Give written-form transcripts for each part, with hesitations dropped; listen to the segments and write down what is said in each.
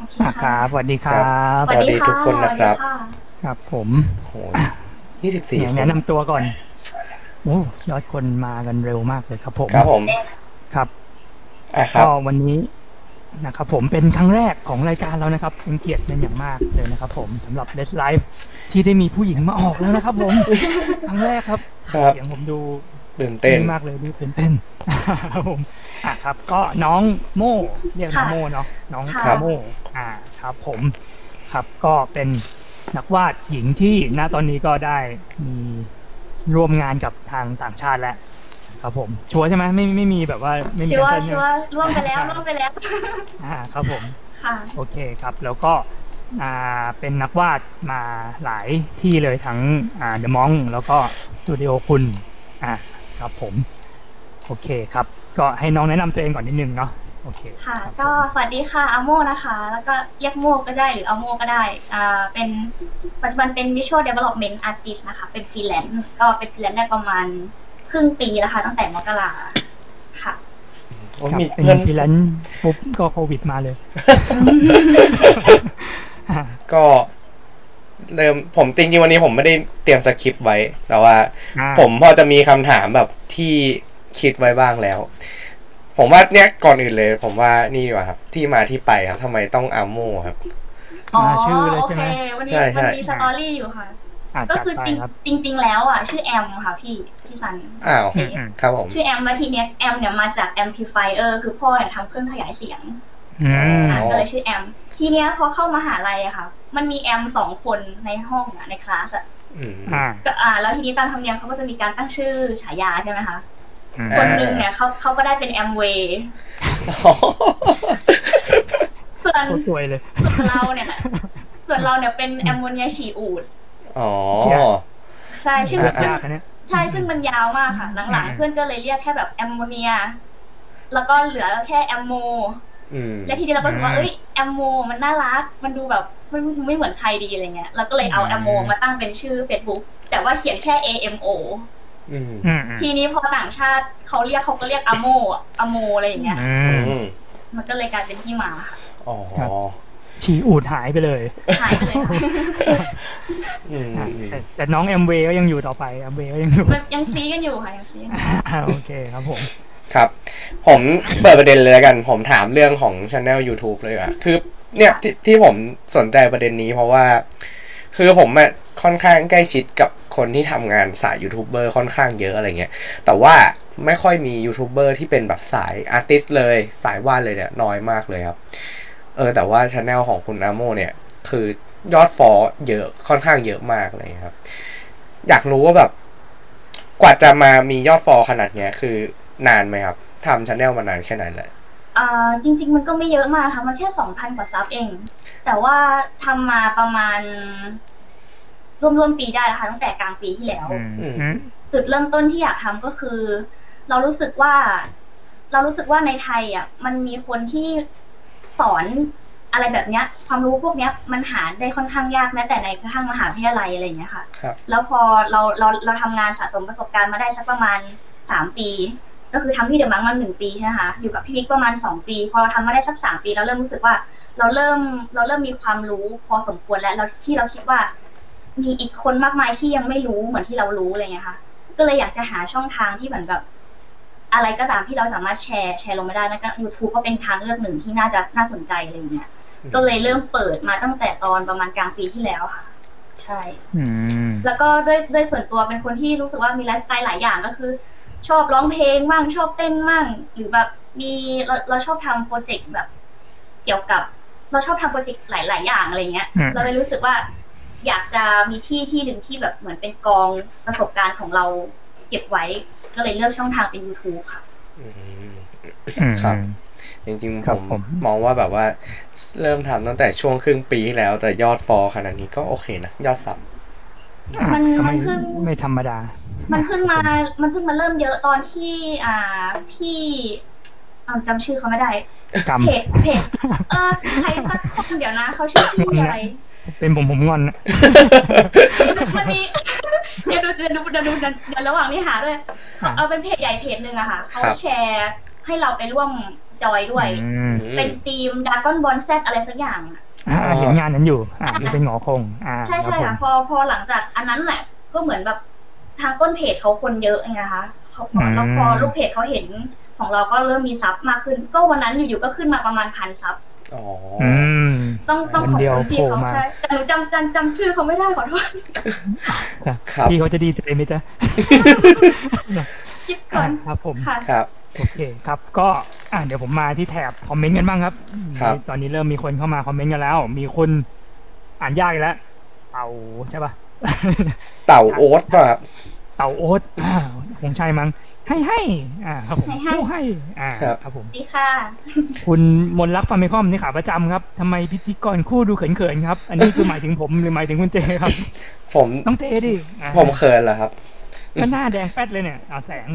เคครับสค่ะวัสดีครับสวัสดีทุกคนสวัสนะครับดีค่ะครับผมโห24 เนี่ยแนะคนนำตัวก่อนโอ้ยอดคนมากันเร็วมากเลยครับผมครับผมครับก็ครับวันนี้นะครับผมเป็นครั้งแรกของรายการเรานะครับเป็นเกียรติเป็นอย่างมากเลยนะครับผมสำหรับ Let's Live ที่ได้มีผู้หญิงมาออกแล้วนะครับผมครั้งแรกครับครับเสียงผมดูตื่นเต้นนี่มากเลยดูตื่นเต้นครับผมครับก็น้องโม่เรียกน้องค่ะโม่เนาะน้องครับโม่ครับผมครับก็เป็นนักวาดหญิงที่ณตอนนี้ก็ได้มีร่วมงานกับทางต่างชาติแล้วครับผมชัวร์ใช่ไหมไม่มีแบบว่าไม่มีชัวร์การเต้นใช่ไหมชัวร์ร่วมไปแล้วร่วมไปแล้วครับผมค่ะโอเคครับแล้วก็เป็นนักวาดมาหลายที่เลยทั้งเดอะมองแล้วก็สตูดิโอคุณครับผมโอเคครับก็ให้น้องแนะนำตัวเองก่อนนิดนึงเนาะโอเคค่ะครับก็สวัสดีค่ะอาโมนะคะ แล้วก็เรียกโมก็ได้หรืออาโมก็ได้เป็นปัจจุบันเป็น Visual Development Artist นะคะเป็นฟรีแลนซ์ก็เป็นฟรีแลนซ์ได้ประมาณครึ่งปีแล้วค่ะตั้งแต่มกราค่ะโอ้ครับมีเป็นเพื่อนฟรีแลนซ์ปุ๊บก็โควิดมาเลยก็เริ่มผมจริงๆวันนี้ผมไม่ได้เตรียมสคริปต์ไว้ แต่ว่าผมพอจะมีคำถามแบบที่คิดไว้บ้างแล้ว ผมว่าเนี่ยก่อนอื่นเลย ผมว่านี่ดีกว่าครับ ที่มาที่ไปครับทำไมต้องอาโมครับชื่อเลยโอใช่เคไหมวันใช่นี้ใช่มันมีสตอรี่อยู่ค่ะก็จัดคือไปครับจริงแล้วชื่อแอมค่ะพี่ซันอ้าวครับผมชื่อแอมแล้วทีเนี้ยแอมเนี่ยมาจาก amplifier คือพ่อเนี่ยทำเครื่องขยายเสียงก็เลยชื่อแอมทีเนี้ยพอเข้ามหาลัยอะค่ะมันมีแอม2 คนในห้องในคลาสอะก็แล้วทีนี้ตามธรรมเนียมเขาก็จะมีการตั้งชื่อฉายาใช่ไหมคะคนหนึ่งเนี่ยเขาก็ได้เป็นแอมเวย์ส่วนสวยเลยเราเนี่ยเป็นแอมโมเนียฉี่อูดใช่ชื่อมันใช่ซึ่งมันยาวมากค่ะหลังๆเพื่อนก็เลยเรียกแค่แบบแอมโมเนียแล้วก็เหลือแค่แอมโมและทีนี้เราก็รู้สึกว่าแอมโมมันน่ารักมันดูแบบไม่เหมือนใครดีอะไรเงี้ยเราก็เลยเอาแอมโมมาตั้งเป็นชื่อ Facebook แต่ว่าเขียนแค่ AMO ทีนี้พอต่างชาติเขาก็เรียกอโมอะไรอย่างเงี้ยมันก็เลยกลายเป็นที่มาค่ะฉี่อูดหายไปเลย แต่น้องแอมเวย์ก็ยังอยู่ต่อไปแอมเวย์ก็ยังอยู่ยังซีกันอยู่ค่ะยังซีโอเคครับผมครับผมเปิดประเด็นเลยแล้วกันผมถามเรื่องของ Channel YouTube เลยอ่ะคือเนี่ยที่ผมสนใจประเด็นนี้เพราะว่าคือผมอ่ะค่อนข้างใกล้ชิดกับคนที่ทำงานสายยูทูบเบอร์ค่อนข้างเยอะอะไรเงี้ยแต่ว่าไม่ค่อยมียูทูบเบอร์ที่เป็นแบบสายอาร์ติสต์เลยสายวาดเลยเนี่ยน้อยมากเลยครับแต่ว่า Channel ของคุณอาโมเนี่ยคือยอดฟอลเยอะค่อนข้างเยอะมากเลยครับอยากรู้ว่าแบบกว่าจะมามียอดฟอลขนาดเนี้ยคือนานไหมครับทำ Channel มานานแค่ไหนแหละจริงๆมันก็ไม่เยอะมากค่ะมันแค่ 2,000 กว่าซับเองแต่ว่าทำมาประมาณร่วมปีได้แล้วค่ะตั้งแต่กลางปีที่แล้วจุดเริ่มต้นที่อยากทำก็คือเรารู้สึกว่าในไทยมันมีคนที่สอนอะไรแบบเนี้ยความรู้พวกเนี้ยมันหาได้ค่อนข้างยากแม้แต่ในกระทั่งมหาวิทยาลัยอะไรอย่างเงี้ยค่ะแล้วพอเราทำงานสะสมประสบการณ์มาได้สักประมาณ3 ปีก็คือทำที่เดอะมังมา1 ปีใช่ไหมคะอยู่กับพี่มิกประมาณ2 ปีพอเราทำมาได้สัก3 ปีเราเริ่มรู้สึกว่าเราเริ่มมีความรู้พอสมควรแล้วที่เราคิดว่ามีอีกคนมากมายที่ยังไม่รู้เหมือนที่เรารู้อะไรเงี้ยค่ะก็เลยอยากจะหาช่องทางที่เหมือนแบบอะไรก็ตามที่เราสามารถแชร์ลงมาได้นะก็ YouTube ก็เป็นทางเลือกหนึ่งที่น่าสนใจอะไรอย่างเงี้ยก็เลยเริ่มเปิดมาตั้งแต่ตอนประมาณกลางปีที่แล้วค่ะใช่แล้วก็ด้วยส่วนตัวเป็นคนที่รู้สึกว่ามีไลฟ์สไตล์หลายอย่างก็คือชอบร้องเพลงมั่งชอบเต้นมั่งหรือแบบเราชอบทำโปรเจกต์แบบเกี่ยวกับเราชอบทำโปรเจกต์หลายอย่างอะไรเงี้ยเราเลยรู้สึกว่าอยากจะมีที่หนึ่งที่แบบเหมือนเป็นกองประสบการณ์ของเราเก็บไว้ก็เลยเลือกช่องทางเป็น YouTube ค่ะครับจริงๆผมมองว่าแบบว่าเริ่มทำตั้งแต่ช่วงครึ่งปีที่แล้วแต่ยอดฟอลขนาดนี้ก็โอเคนะยอดซับมันเพิ่งไม่ธรรมดามันเพิ่งมาเริ่มเยอะตอนที่พี่จำชื่อเขาไม่ได้เพจใครสักคนเดี๋ยวนะเขาชื่อพี่อะไรเป็นผมงอนมันมีเดี๋ยวระหว่างนี้หาด้วยเป็นเพจใหญ่เพจหนึ่งอะค่ะเขาแชร์ให้เราไปร่วมจอยด้วยเป็นทีมดราก้อนบอลแซดอะไรสักอย่างเห็นงานนั้นอยู่ที่เป็นหงอคงใช่ใช่ค่ะพอหลังจากอันนั้นแหละก็เหมือนแบบทางต้นเพจเขาคนเยอะไงคะแล้วพอลูกเพจเขาเห็นของเราก็เริ่มมีซับมากขึ้นก็วันนั้นอยู่ๆก็ขึ้นมาประมาณ1,000 ซับต้องขอบคุณพี่เขาใช่แต่หนูจำชื่อเขาไม่ได้ขอโทษพี่เขาจะดีใจไหมจ๊ะคิดก่อนครับผมครับโอเคครับก็เดี๋ยวผมมาที่แถบคอมเมนต์กันบ้างครับตอนนี้เริ่มมีคนเข้ามาคอมเมนต์กันแล้วมีคนอ่านยากแล้วเต่าใช่ป่ะเต่าโอ๊ตป่ะครับเต่าโอ๊ตคงใช่มั้งให้ครับผมให้ครับผมดีค่ะคุณมนลักษ์ฟาร์มคอมนี่ขาประจำครับทำไมพิธีกรคู่ดูเขินๆครับอันนี้คือหมายถึงผมหรือหมายถึงคุณเจครับผมต้องเจดิผมเขินเหรอครับก็หน้าแดงแป๊ดเลยเนี่ยแสง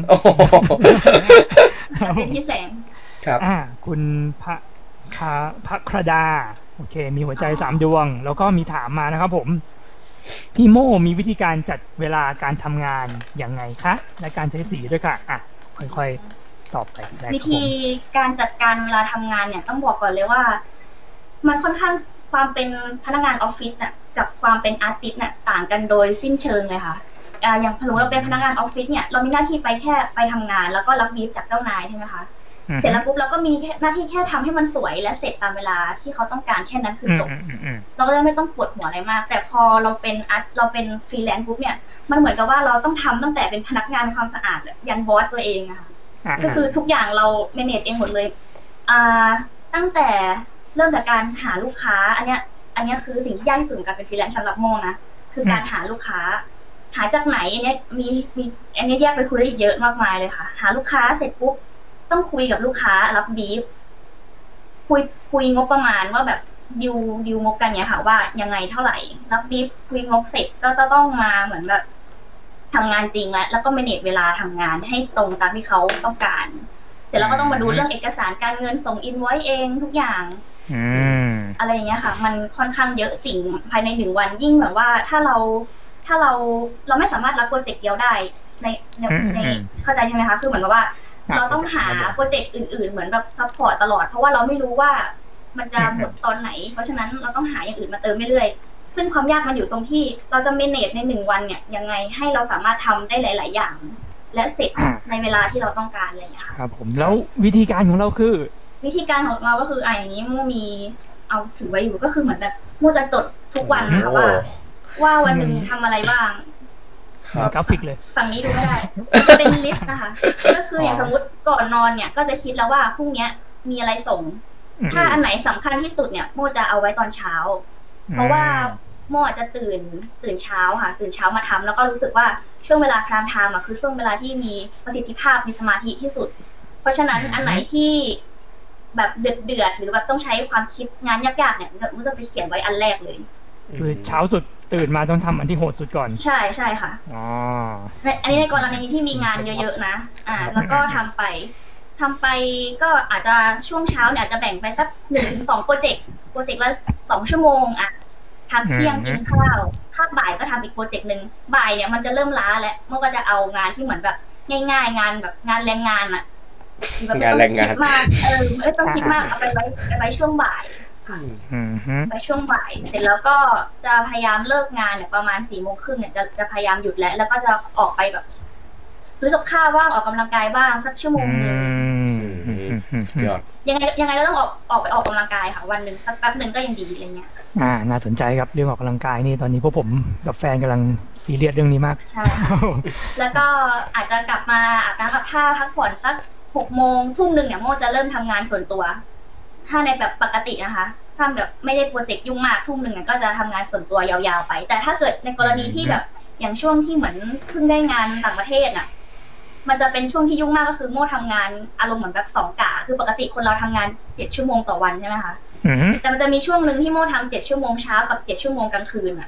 เป็นที่แสงครับคุณพระครดาโอเคมีหัวใจ3 ดวงแล้วก็มีถามมานะครับผมพี่โมมีวิธีการจัดเวลาการทำงานยังไงคะและการใช้สีด้วยค่ะค่อยๆตอบไปวิธีการจัดการเวลาทำงานเนี่ยต้องบอกก่อนเลยว่ามันค่อนข้างความเป็นพนักงานออฟฟิศน่ะกับความเป็นอาร์ติสต์น่ะต่างกันโดยสิ้นเชิงเลยค่ะอย่างสมมติเราเป็นพนักงานออฟฟิศเนี่ยเรามีหน้าที่ไปแค่ไปทำงานแล้วก็รับบีฟจากเจ้านายใช่ไหมคะเสร็จแล้วปุ๊บเราก็มีหน้าที่แค่ทำให้มันสวยและเสร็จตามเวลาที่เขาต้องการแค่นั้นคือจบเราก็จะไม่ต้องปวดหัวอะไรมากแต่พอเราเป็นฟรีแลนซ์ปุ๊บเนี่ยมันเหมือนกับว่าเราต้องทำตั้งแต่เป็นพนักงานความสะอาดยันบอสตัวเองอะค่ะก็คือทุกอย่างเราเมเนจเองหมดเลยตั้งแต่เริ่มจากการหาลูกค้าอันเนี้ยคือสิ่งที่ยากที่สุดกับเป็นฟรีแลนซ์สำหรับโมนะคือการหาลูกค้าหาจากไหนอันนี้มีอันนี้แยกไปคุยได้อีกเยอะมากมายเลยค่ะหาลูกค้าเสร็จปุ๊บต้องคุยกับลูกค้ารับบีฟคุยงบประมาณว่าแบบดิวงบกันเนี่ยค่ะว่ายังไงเท่าไหร่รับบีฟคุยงบเสร็จก็จะต้องมาเหมือนแบบทำงานจริงแล้วก็เมเนจเวลาทำงานให้ตรงตามที่เขาต้องการเสร็จแล้วก็ต้องมาดูเรื่องเอกสารการเงินส่งอินไว้เองทุกอย่างอะไรอย่างเงี้ยค่ะมันค่อนข้างเยอะสิ่งภายใน1 วันยิ่งแบบว่าถ้าเราไม่สามารถรับโปรเจกต์เดียวได้ในเข้าใจใช่ไหมคะคือเหมือนว่าเราต้องหาโปรเจกต์อื่นๆเหมือนแบบซัพพอร์ตตลอดเพราะว่าเราไม่รู้ว่ามันจะหมดตอนไหนเพราะฉะนั้นเราต้องหาอย่างอื่นมาเติมเรื่อยๆซึ่งความยากมันอยู่ตรงที่เราจะเมเนจใน1 วันเนี่ยยังไงให้เราสามารถทำได้หลายๆอย่างและเสร็จในเวลาที่เราต้องการอะไรอย่างเงี้ยค่ะครับผมแล้ววิธีการของเราคือวิธีการของเราก็คืออย่างนี้มู่มีเอาถือไว้อยู่ก็คือเหมือนแบบมู่จะจดทุกวันนะคะว่าวันหนึ่งทำอะไรบ้างกราฟิกเลยฝั่งนี้ดูไม่ได้เป็นลิสต์นะคะก็คืออย่างสมมติก่อนนอนเนี่ยก็จะคิดแล้วว่าพรุ่งนี้มีอะไรส่งถ้าอันไหนสำคัญที่สุดเนี่ยโมจะเอาไว้ตอนเช้าเพราะว่าโมจะตื่นเช้าค่ะตื่นเช้ามาทำแล้วก็รู้สึกว่าช่วงเวลาพรามไทม์คือช่วงเวลาที่มีประสิทธิภาพมีสมาธิที่สุดเพราะฉะนั้นอันไหนที่แบบเดือดหรือแบบต้องใช้ความคิดงานยากๆเนี่ยโมจะไปเขียนไว้อันแรกเลยคือเช้าสุดตื่นมาต้องทำอันที่โหดสุดก่อนใช่ค่ะอันนี้ในกรณีที่มีงานเยอะๆนะแล้วก็ทำไปก็อาจจะช่วงเช้าเนี่ยอาจจะแบ่งไปสัก1-2 โปรเจกต์ละ2 ชั่วโมงทำเที่ยงกินข้าวภาคบ่ายก็ทำอีกโปรเจกต์นึงบ่ายเนี่ยมันจะเริ่มล้าแล้วมันก็จะเอางานที่เหมือนแบบง่ายๆงานแบบงานแรงงานงานแรงงานไม่ต้องคิดมากเอาไปไว้ช่วงบ่ายไปช่วงบ่ายเสร็จแล้วก็จะพยายามเลิกงานเนี่ยประมาณ4:30เนี่ยจะพยายามหยุดแล้วก็จะออกไปแบบซื้อกับข้าวบ้างออกกำลังกายบ้างสักชั่วโมงนึงยังไงเราต้องออกไปออกกำลังกายค่ะวันหนึ่งสักแป๊บนึงก็ยังดีอะไรเงี้ยน่าสนใจครับเรื่องออกกำลังกายนี่ตอนนี้พวกผมกับแฟนกำลังซีเรียสเรื่องนี้มากใช่แล้วก็อาจจะกลับมาอาบน้ำอาบท่าพักผ่อนสัก18:00 19:00เนี่ยโมจะเริ่มทำงานส่วนตัวถ้าในแบบปกตินะคะถ้าแบบไม่ได้โปรเจกต์ยุ่งมาก19:00ก็จะทำงานส่วนตัวยาวๆไปแต่ถ้าเกิดในกรณีที่แบบอย่างช่วงที่เหมือนเพิ่งได้งานต่างประเทศน่ะมันจะเป็นช่วงที่ยุ่งมากก็คือโม่ทำงานอารมณ์เหมือนแบบ2 กะคือปกติคนเราทำงาน7 ชั่วโมงต่อวันใช่ไหมคะแต่มันจะมีช่วงนึงที่โม่ทำ7 ชั่วโมงเช้ากับ7 ชั่วโมงกลางคืน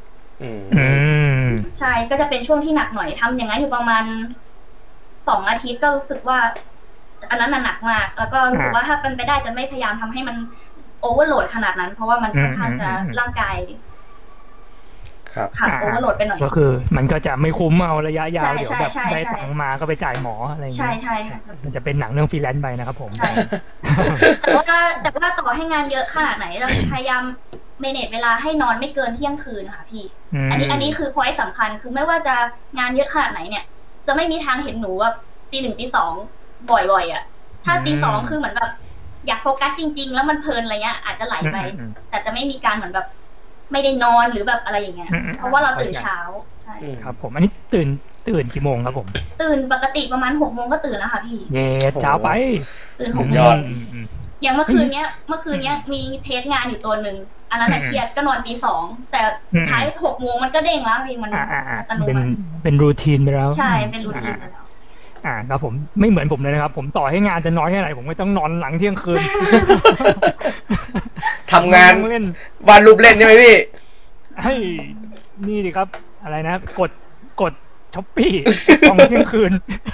ใช่ก็จะเป็นช่วงที่หนักหน่อยทำอย่างนั้นอยู่ประมาณ2 อาทิตย์ก็รู้สึกว่าอันนั้นหนักมากแล้วก็รู้สึกว่าถ้าเป็นไปได้จะไม่พยายามทำให้มันโอเวอร์โหลดขนาดนั้นเพราะว่ามันค่อนข้างจะร่างกายค่ะโอเวอร์โหลดไปหน่อยก็คือมันก็จะไม่คุ้มเอาระยะยาวเดี๋ยวแบบได้ตังค์มาก็ไปจ่ายหมออะไรอย่างเงี้ยใช่มันจะเป็นหนังเรื่องฟรีแลนซ์ไปนะครับผมแต่ว่าต่อให้งานเยอะขนาดไหนเราพยายามเมเนจเวลาให้นอนไม่เกินเที่ยงคืนค่ะพี่อันนี้คือพอยต์สำคัญคือไม่ว่าจะงานเยอะขนาดไหนเนี่ยจะไม่มีทางเห็นหนูแบบตี 1 ตี 2บ่อยๆอ่ะถ้าตี 2คือเหมือนแบบอยากโฟกัสจริงๆแล้วมันเพลินอะไรเงี้ยอาจจะไหลไปแต่จะไม่มีการเหมือนแบบไม่ได้นอนหรือแบบอะไรอย่างเงี้ยเพราะว่าเราตื่นเช้าใช่ครับผมอันนี้ตื่นกี่โมงครับผมตื่นปกติประมาณ6 โมงก็ตื่นแล้วค่ะพี่เย้เช้าไปตื่น6 โมงอย่างเมื่อคืนเนี้ยมีเทสงานอยู่ตัวหนึ่งอันนั้นเครียดก็นอนตี 2แต่ท้าย6 โมงมันก็เด้งแล้วพี่มันเป็นรูทีนไปแล้วใช่เป็นรูทีนไปแล้วครับผมไม่เหมือนผมเลยนะครับผมต่อให้งานจะน้อยแค่ไหนผมไม่ต้องนอนหลังเที่ยงคืนทำงานวาดรูปเล่นใช่ไหมพี่ให้นี่ดิครับอะไรนะกดช้อปปี้ตอนเที่ยงคืน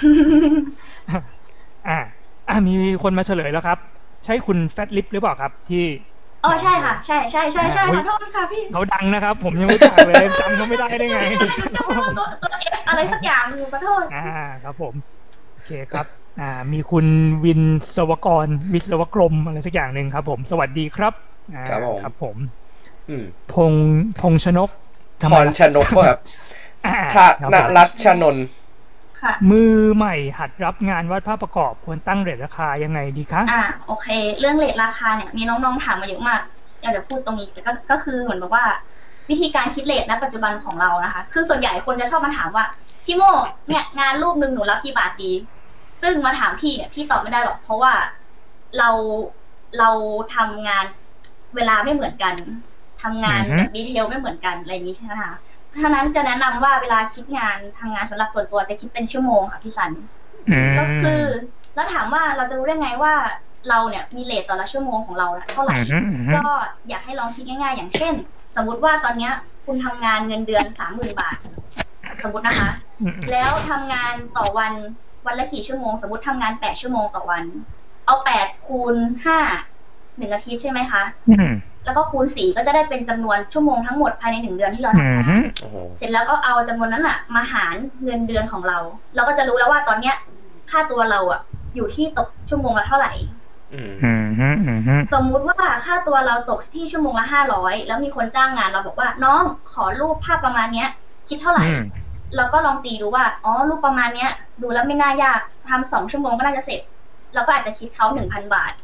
มีคนมาเฉลยแล้วครับใช่คุณแฟตลิปหรือเปล่าครับที่ใช่ค่ะใช่ขอโทษค่ะพี่เขาดังนะครับผมยังไม่รู้จักเลยจำเขาไม่ได้ได้ไงตัวอะไรสักอย่างอยู่ขอโทษครับผมโอเคครับมีคุณวิศวกรวิศวกรมอะไรสักอย่างหนึ่งครับผมสวัสดีครับครับผมพงชนกพรชนกครับธนรัชนนท์มือใหม่หัดรับงานวาดภาพประกอบควรตั้งเรทราคายังไงดีคะโอเคเรื่องเรทราคาเนี่ยมีน้องๆถามมาเยอะมากอยากจะพูดตรงนี้ก็คือเหมือนแบบว่าวิธีการคิดเรทณปัจจุบันของเรานะคะคือส่วนใหญ่คนจะชอบมาถามว่าพี่โมเนี่ยงานรูปนึงหนูรับกี่บาทดีซึ่งมาถามพี่เนี่ยพี่ตอบไม่ได้หรอกเพราะว่าเราทำงานเวลาไม่เหมือนกันทำงานดีเทลไม่เหมือนกันอะไรอย่างนี้ใช่ไหมคะเพราะฉะนั้นจะแนะนำว่าเวลาคิดงานทำงานสำหรับส่วนตัวจะคิดเป็นชั่วโมงค่ะพี่สันก็คือแล้วถามว่าเราจะรู้ได้ไงว่าเราเนี่ยมีเรทต่อละชั่วโมงของเราเท่าไหร่ก็อยากให้ลองคิดง่ายๆอย่างเช่นสมมุติว่าตอนนี้คุณทำงานเงินเดือน 30,000 บาทสมมตินะคะแล้วทำงานต่อวันละกี่ชั่วโมงสมมติทำงาน8 ชั่วโมงต่อวันเอา8 คูณ 5 1 อาทิตย์ใช่ไหมคะแล้วก็คูณ 4ก็จะได้เป็นจำนวนชั่วโมงทั้งหมดภายใน1 เดือนที่เราทำงานเสร็จแล้วก็เอาจำนวนนั้นมาหารเงินเดือนของเราเราก็จะรู้แล้วว่าตอนเนี้ยค่าตัวเราอยู่ที่ตกชั่วโมงละเท่าไหร่สมมุติว่าค่าตัวเราตกที่ชั่วโมงละ500แล้วมีคนจ้างงานเราบอกว่าน้องขอรูปภาพประมาณเนี้ยคิดเท่าไหร่เราก็ลองตีดูว่ารูปประมาณเนี้ยดูแล้วไม่น่ายากทำ2 ชั่วโมงก็น่าจะเสร็จเราก็อาจจะคิดเขา 1,000 บาท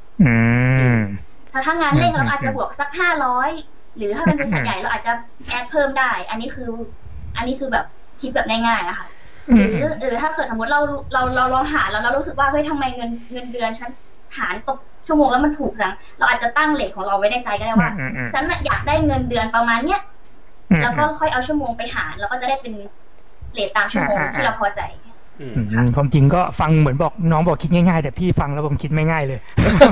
ถ้างานเร่งเราอาจจะบวกสัก500หรือถ้าเป็นบริษัทใหญ่เราอาจจะแอดเพิ่มได้อันนี้คือแบบคิดแบบง่ายๆนะคะหรือถ้าเกิดสมมติเราลองหาแล้วเรารู้สึกว่าเฮ้ยทำไมเงินเดือนฉันหารตกชั่วโมงแล้วมันถูกจังเราอาจจะตั้งเรทของเราไว้ในใจก็ได้ว่าฉันอยากได้เงินเดือนประมาณเนี้ยแล้วก็ค่อยเอาชั่วโมงไปหารแล้วก็จะได้เป็นเรทตามชั่วโมงที่เราพอใจความจริงก็ฟังเหมือนบอกน้องบอกคิดง่ายๆแต่พี่ฟังแล้วผมคิดไม่ง่ายเลย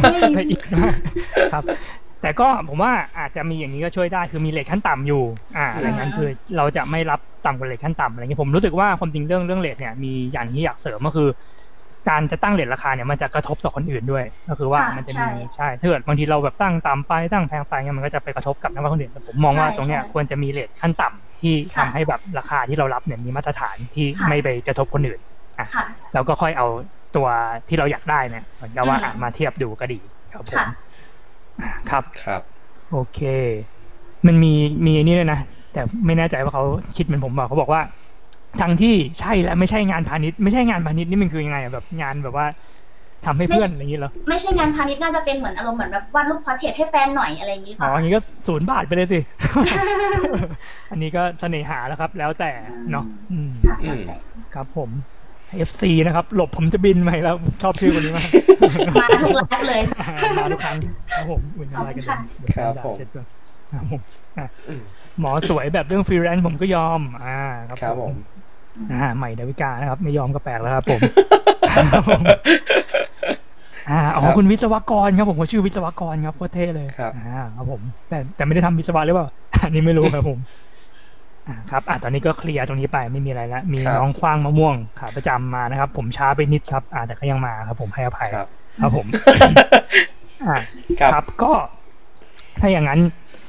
ครับแต่ก็ผมว่าอาจจะมีอย่างนี้ก็ช่วยได้คือมีเรทขั้นต่ำอยู่อะไรนั้นคือเราจะไม่รับต่ำกว่าเรทขั้นต่ำอะไรเงี้ยผมรู้สึกว่าความจริงเรื่องเรทเนี่ยมีอย่างที่อยากเสริมก็คือการจะตั้งเรทราคาเนี่ยมันจะกระทบต่อคนอื่นด้วยก็คือว่ามันจะมีใช่ถ้าเกิดบางทีเราแบบตั้งต่ำไปตั้งแพงไปเนี่ยมันก็จะไปกระทบกับนักว่าคนอื่นแต่ผมมองว่าตรงเนี้ยควรจะมีเรทขั้นต่ำที่ทำให้แบบราคาที่เรารับเนี่ยมีมาตรฐานที่ไม่ไปกระทบคนอื่นแล้วก็ค่อยเอาตัวที่เราอยากได้เนี่ยเหมือนกับว่ามาเทียบดูก็ดีครับผมครับโอเคมันมีนี่เลยนะแต่ไม่แน่ใจว่าเขาคิดเหมือนผมเขาบอกว่าทั้งที่ใช่และไม่ใช่งานพาณิชย์ไม่ใช่งานพาณิชย์นี่มันคือยังไงแบบงานแบบว่าทำให้เพื่อนอะไรอย่างนี้เหรอไม่ใช่งานพาณิชย์น่าจะเป็นเหมือนอารมณ์เหมือนแบบวาดรูปพอร์เทรตให้แฟนหน่อยอะไรอย่างนี้ค่ะอย่างนี้ก็0 บาทไปเลยสิ อันนี้ก็เสน่หาแล้วครับแล้วแต่เนาะครับผม FC นะครับหลบผมจะบินไปแล้วชอบชื่อคนนี้มากมาทุกครั้งเลยมาทุกครั้งครับผมอุ่นอะไรกันครับผมหมอสวยแบบเรื่องฟรีแลนซ์ผมก็ยอมครับผมใหม่ดาวิกานะครับไม่ยอมก็แปลกแล้วครับผมคุณวิศวกรครับผมชื่อวิศวกรครับโคตรเท่เลยครับผมแต่ไม่ได้ทำวิศวะหรือเปล่าอันนี้ไม่รู้ครับผมครับตอนนี้ก็เคลียร์ตรงนี้ไปไม่มีอะไรแล้วมีน้องคว้างมะม่วงขาประจำมานะครับผมช้าไปนิดครับแต่ก็ยังมาครับผมให้อภัยครับผมครับก็ถ้าอย่างนั้น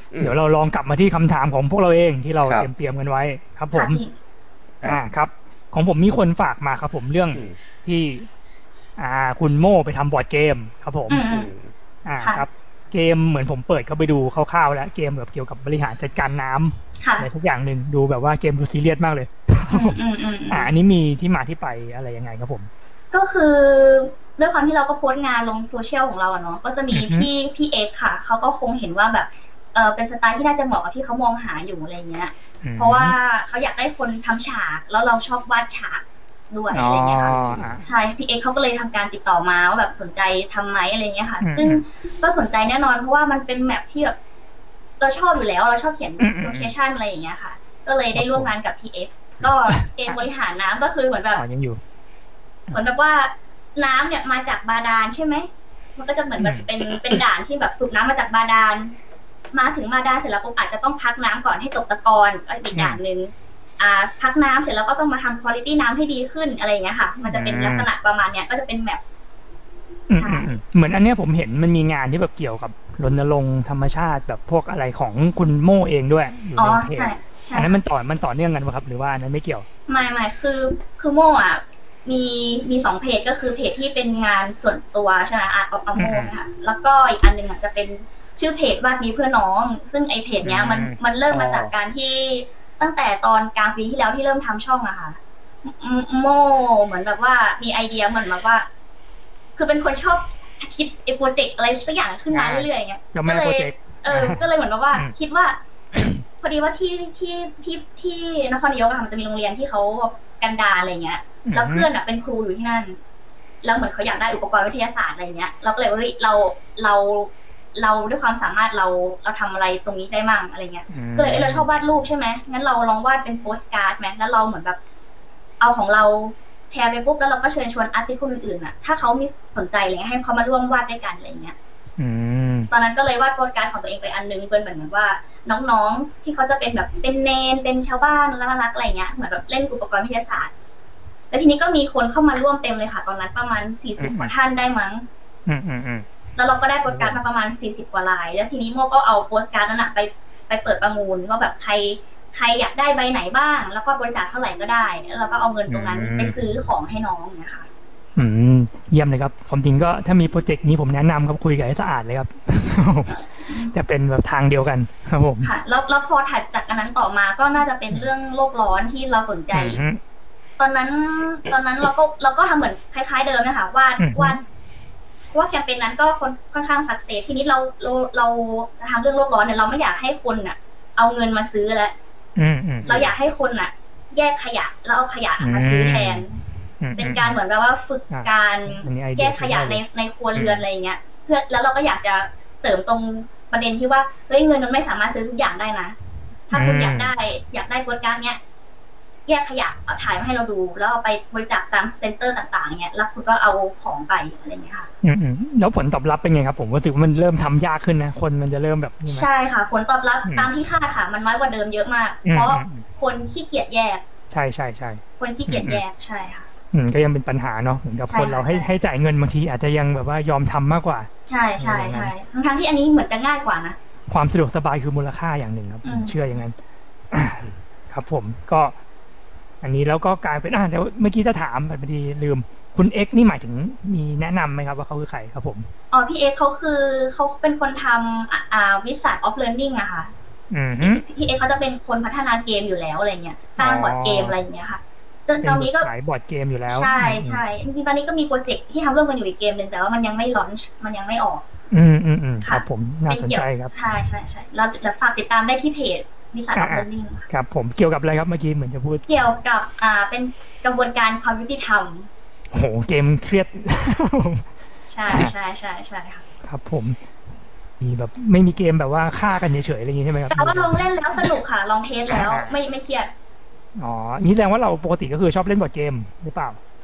เดี๋ยวเราลองกลับมาที่คำถามของพวกเราเองที่เราเตรียมกันไว้ครับผมครับของผมมีคนฝากมาครับผมเรื่องที่คุณโม่ไปทำบอร์ดเกมครับผมครับเกมเหมือนผมเปิดเข้าไปดูคร่าวๆแล้วเกมแบบเกี่ยวกับบริหารจัดการน้ำอะไรทุกอย่างหนึ่งดูแบบว่าเกมดูซีเรียสมากเลยอันนี้มีที่มาที่ไปอะไรยังไงครับผมก็คือด้วยความที่เราก็โพสต์งานลงโซเชียลของเราเนาะก็จะมีพี่เอ็กค่ะเขาก็คงเห็นว่าแบบเป็นสไตล์ที่น่าจะเหมาะกับที่เขามองหาอยู่อะไรเงี้ยเพราะว่าเขาอยากได้คนทำฉากแล้วเราชอบวาดฉากด้วยอะไรเงี้ยค่ะใช่พี่เอ็กเขาก็เลยทำการติดต่อมาว่าแบบสนใจทำไหมอะไรเงี้ยค่ะซึ่งก็สนใจแน่นอนเพราะว่ามันเป็นแมปที่แบบเราชอบอยู่แล้วเราชอบเขียนโลเคชั่นอะไรอย่างเงี้ยค่ะก็เลยได้ร่วมงานกับพี่เอ็กก็เกมบริหารน้ำก็คือเหมือนแบบยังอยู่เหมือนแบบว่าน้ำเนี่ยมาจากบาดาลใช่ไหมมันก็จะเหมือนแบบเป็นด่านที่แบบสูบน้ำมาจากบาดาลมาถึงบาดาลเสร็จแล้วปุ๊บอาจจะต้องพักน้ำก่อนให้ตกตะกอนก็อีกอย่างหนึ่งพักน้ำเสร็จแล้วก็ต้องมาทำคุณภาพน้ำให้ดีขึ้นอะไรอย่างเงี้ยค่ะมันจะเป็นลักษณะประมาณเนี้ยก็จะเป็นแมปเหมือนอันเนี้ยผมเห็นมันมีงานที่แบบเกี่ยวกับรณรงค์ธรรมชาติแบบพวกอะไรของคุณโม่เองด้วยอยู่ในเพจอันนั้นมันต่อเนื่องกันป่ะครับหรือว่าอันนั้นไม่เกี่ยวไม่คือโม่มี2เพจก็คือเพจที่เป็นงานส่วนตัวใช่ไหมอาร์ตออฟโม่ค่ะแล้วก็อีกอันหนึ่งจะเป็นชื่อเพจวาดนี้เพื่อน้องซึ่งไอเพจเนี้ยมันเริ่มมาจากการที่ตั้งแต่ตอนกลางปีที่แล้วที่เริ่มทำช่องอะค่ะโม่เหมือนแบบว่ามีไอเดียเหมือนแบบว่าคือเป็นคนชอบคิดไอโปรเจกต์อะไรสักอย่างขึ้นมาเรื่อยๆอย่างเงี้ยก็เลยก็เลยเหมือนว่าคิดว่าพอดีว่าที่นครนายกมันจะมีโรงเรียนที่เขากันดารอะไรเงี้ยแล้วเพื่อนเป็นครูอยู่ที่นั่นแล้วเหมือนเขาอยากได้อุปกรณ์วิทยาศาสตร์อะไรเงี้ยเราก็เลยว่าเราด้วยความสามารถเราทำอะไรตรงนี้ได้มั่งอะไรเงี้ยก็เลยเราชอบวาดรูปใช่ไหมงั้นเราลองวาดเป็นโปสการ์ดไหมแล้วเราเหมือนแบบเอาของเราแชร์ไปปุ๊บแล้วเราก็เชิญชวนอาร์ติสต์คนอื่นๆถ้าเขามีสนใจอะไรเงี้ยให้เขามาร่วมวาดด้วยกันอะไรเงี้ยตอนนั้นก็เลยวาดโปสการ์ดของตัวเองไปอันนึงเป็นเหมือนว่าน้องๆที่เขาจะเป็นแบบเป็นเนนเป็นชาวบ้านน่ารักอะไรเงี้ยเหมือนแบบเล่นอุปกรณ์วิทยาศาสตร์แล้วทีนี้ก็มีคนเข้ามาร่วมเต็มเลยค่ะตอนนั้นประมาณ40กว่าท่านได้มั้งแล้วเราก็ได้โปสการ์ดมาประมาณ40กว่าลายแล้วทีนี้โมก็เอาโปสการ์ดนั้นไปเปิดประมูลว่าแบบใครอยากได้ใบไหนบ้างแล้วก็บริจาคเท่าไหร่ก็ได้แล้วเราก็เอาเงินตรงนั้นไปซื้อของให้น้องเนี่ยค่ะเยี่ยมเลยครับความจริงก็ถ้ามีโปรเจกต์นี้ผมแนะนำครับคุยกับไอ้สะอาดเลยครับ จะเป็นแบบทางเดียวกันครับผมค่ะแล้วพอถัดจากอันนั้นต่อมาก็น่าจะเป็นเรื่องโลกร้อนที่เราสนใจตอนนั้นเราก็ทำเหมือนคล้ายๆเดิมนะคะวาดว่าแคมเปญนั้นก็ค่อนข้างสักเซสทีนี้เราจะทำเรื่องโลกร้อนเนี่ยเราไม่อยากให้คนเอาเงินมาซื้อแล้วเราอยากให้คนแยกขยะแล้วเอาขยะมาซื้อแทนเป็นการเหมือนแบบว่าฝึกการแยกขยะในครัวเรือนอะไรเงี้ยเพื่อแล้วเราก็อยากจะเสริมตรงประเด็นที่ว่าเฮ้ยเงินมันไม่สามารถซื้อทุกอย่างได้นะถ้าคุณอยากได้โปรการ์ดเนี้ยแยกขยะเอาถ่ายมาให้เราดูแล้วเอาไปบริจาคตามเซ็นเตอร์ต่างๆเงี้ยแล้วคุณก็เอาของไปอะไรเงี้ยค่ะแล้วผลตอบรับเป็นไงครับผมรู้สึกว่ามันเริ่มทำยากขึ้นนะคนมันจะเริ่มแบบใช่ค่ะผลตอบรับตามที่คาดค่ะมันน้อยกว่าเดิมเยอะมากเพราะคนขี้เกียจแยกใช่คนขี้เกียจแยกใช่ค่ะก็ยังเป็นปัญหาเนาะเหมือนกับคนเราให้จ่ายเงินบางทีอาจจะยังแบบว่ายอมทำมากกว่าใช่ทั้งที่อันนี้เหมือนจะง่ายกว่านะความสะดวกสบายคือมูลค่าอย่างหนึ่งครับผมเชื่ออย่างนั้นครับผมก็อันนี้แล้วก็กลายเป็นเดี๋ยวเมื่อกี้จะถามพอดีลืมคุณเอ็กนี่หมายถึงมีแนะนำไหมครับว่าเขาคือใครครับผมพี่เอ็กเขาเป็นคนทำวิสัทออฟเลิร์นนิ่งอะค่ะพี่เอ็กเขาจะเป็นคนพัฒนาเกมอยู่แล้วอะไรเงี้ยสร้างบอร์ดเกมอะไรอย่างเงี้ยค่ะตอนนี้ก็ขายบอร์ดเกมอยู่แล้วใช่จริงๆตอนนี้ก็มีโปรเจกต์ที่ทำร่วมกันอยู่อีกเกมนึงแต่ว่ามันยังไม่ลอนช์มันยังไม่ออกครับผมน่าสนใจครับใช่เราฝากติดตามได้ที่เพจวิสัทออฟเลิร์นนิ่งครับผมเกี่ยวกับอะไรครับเมื่อกี้เหมือนจะพูดเกี่ยวกับเป็นกระบวนการความยุติธรรมโอ้โหเกมเครียดใช่ค่ะครับผมมีแบบไม่มีเกมแบบว่าฆ่ากันเฉยๆอะไรอย่างนี้ใช่ไหมครับแต่ว่าลองเล่นแล้วสนุกค่ะลองเทสแล้วไม่เครียดนี่แสดงว่าเราปกติก็คือชอบเล่นบอร์ดเกมหรือเปล่า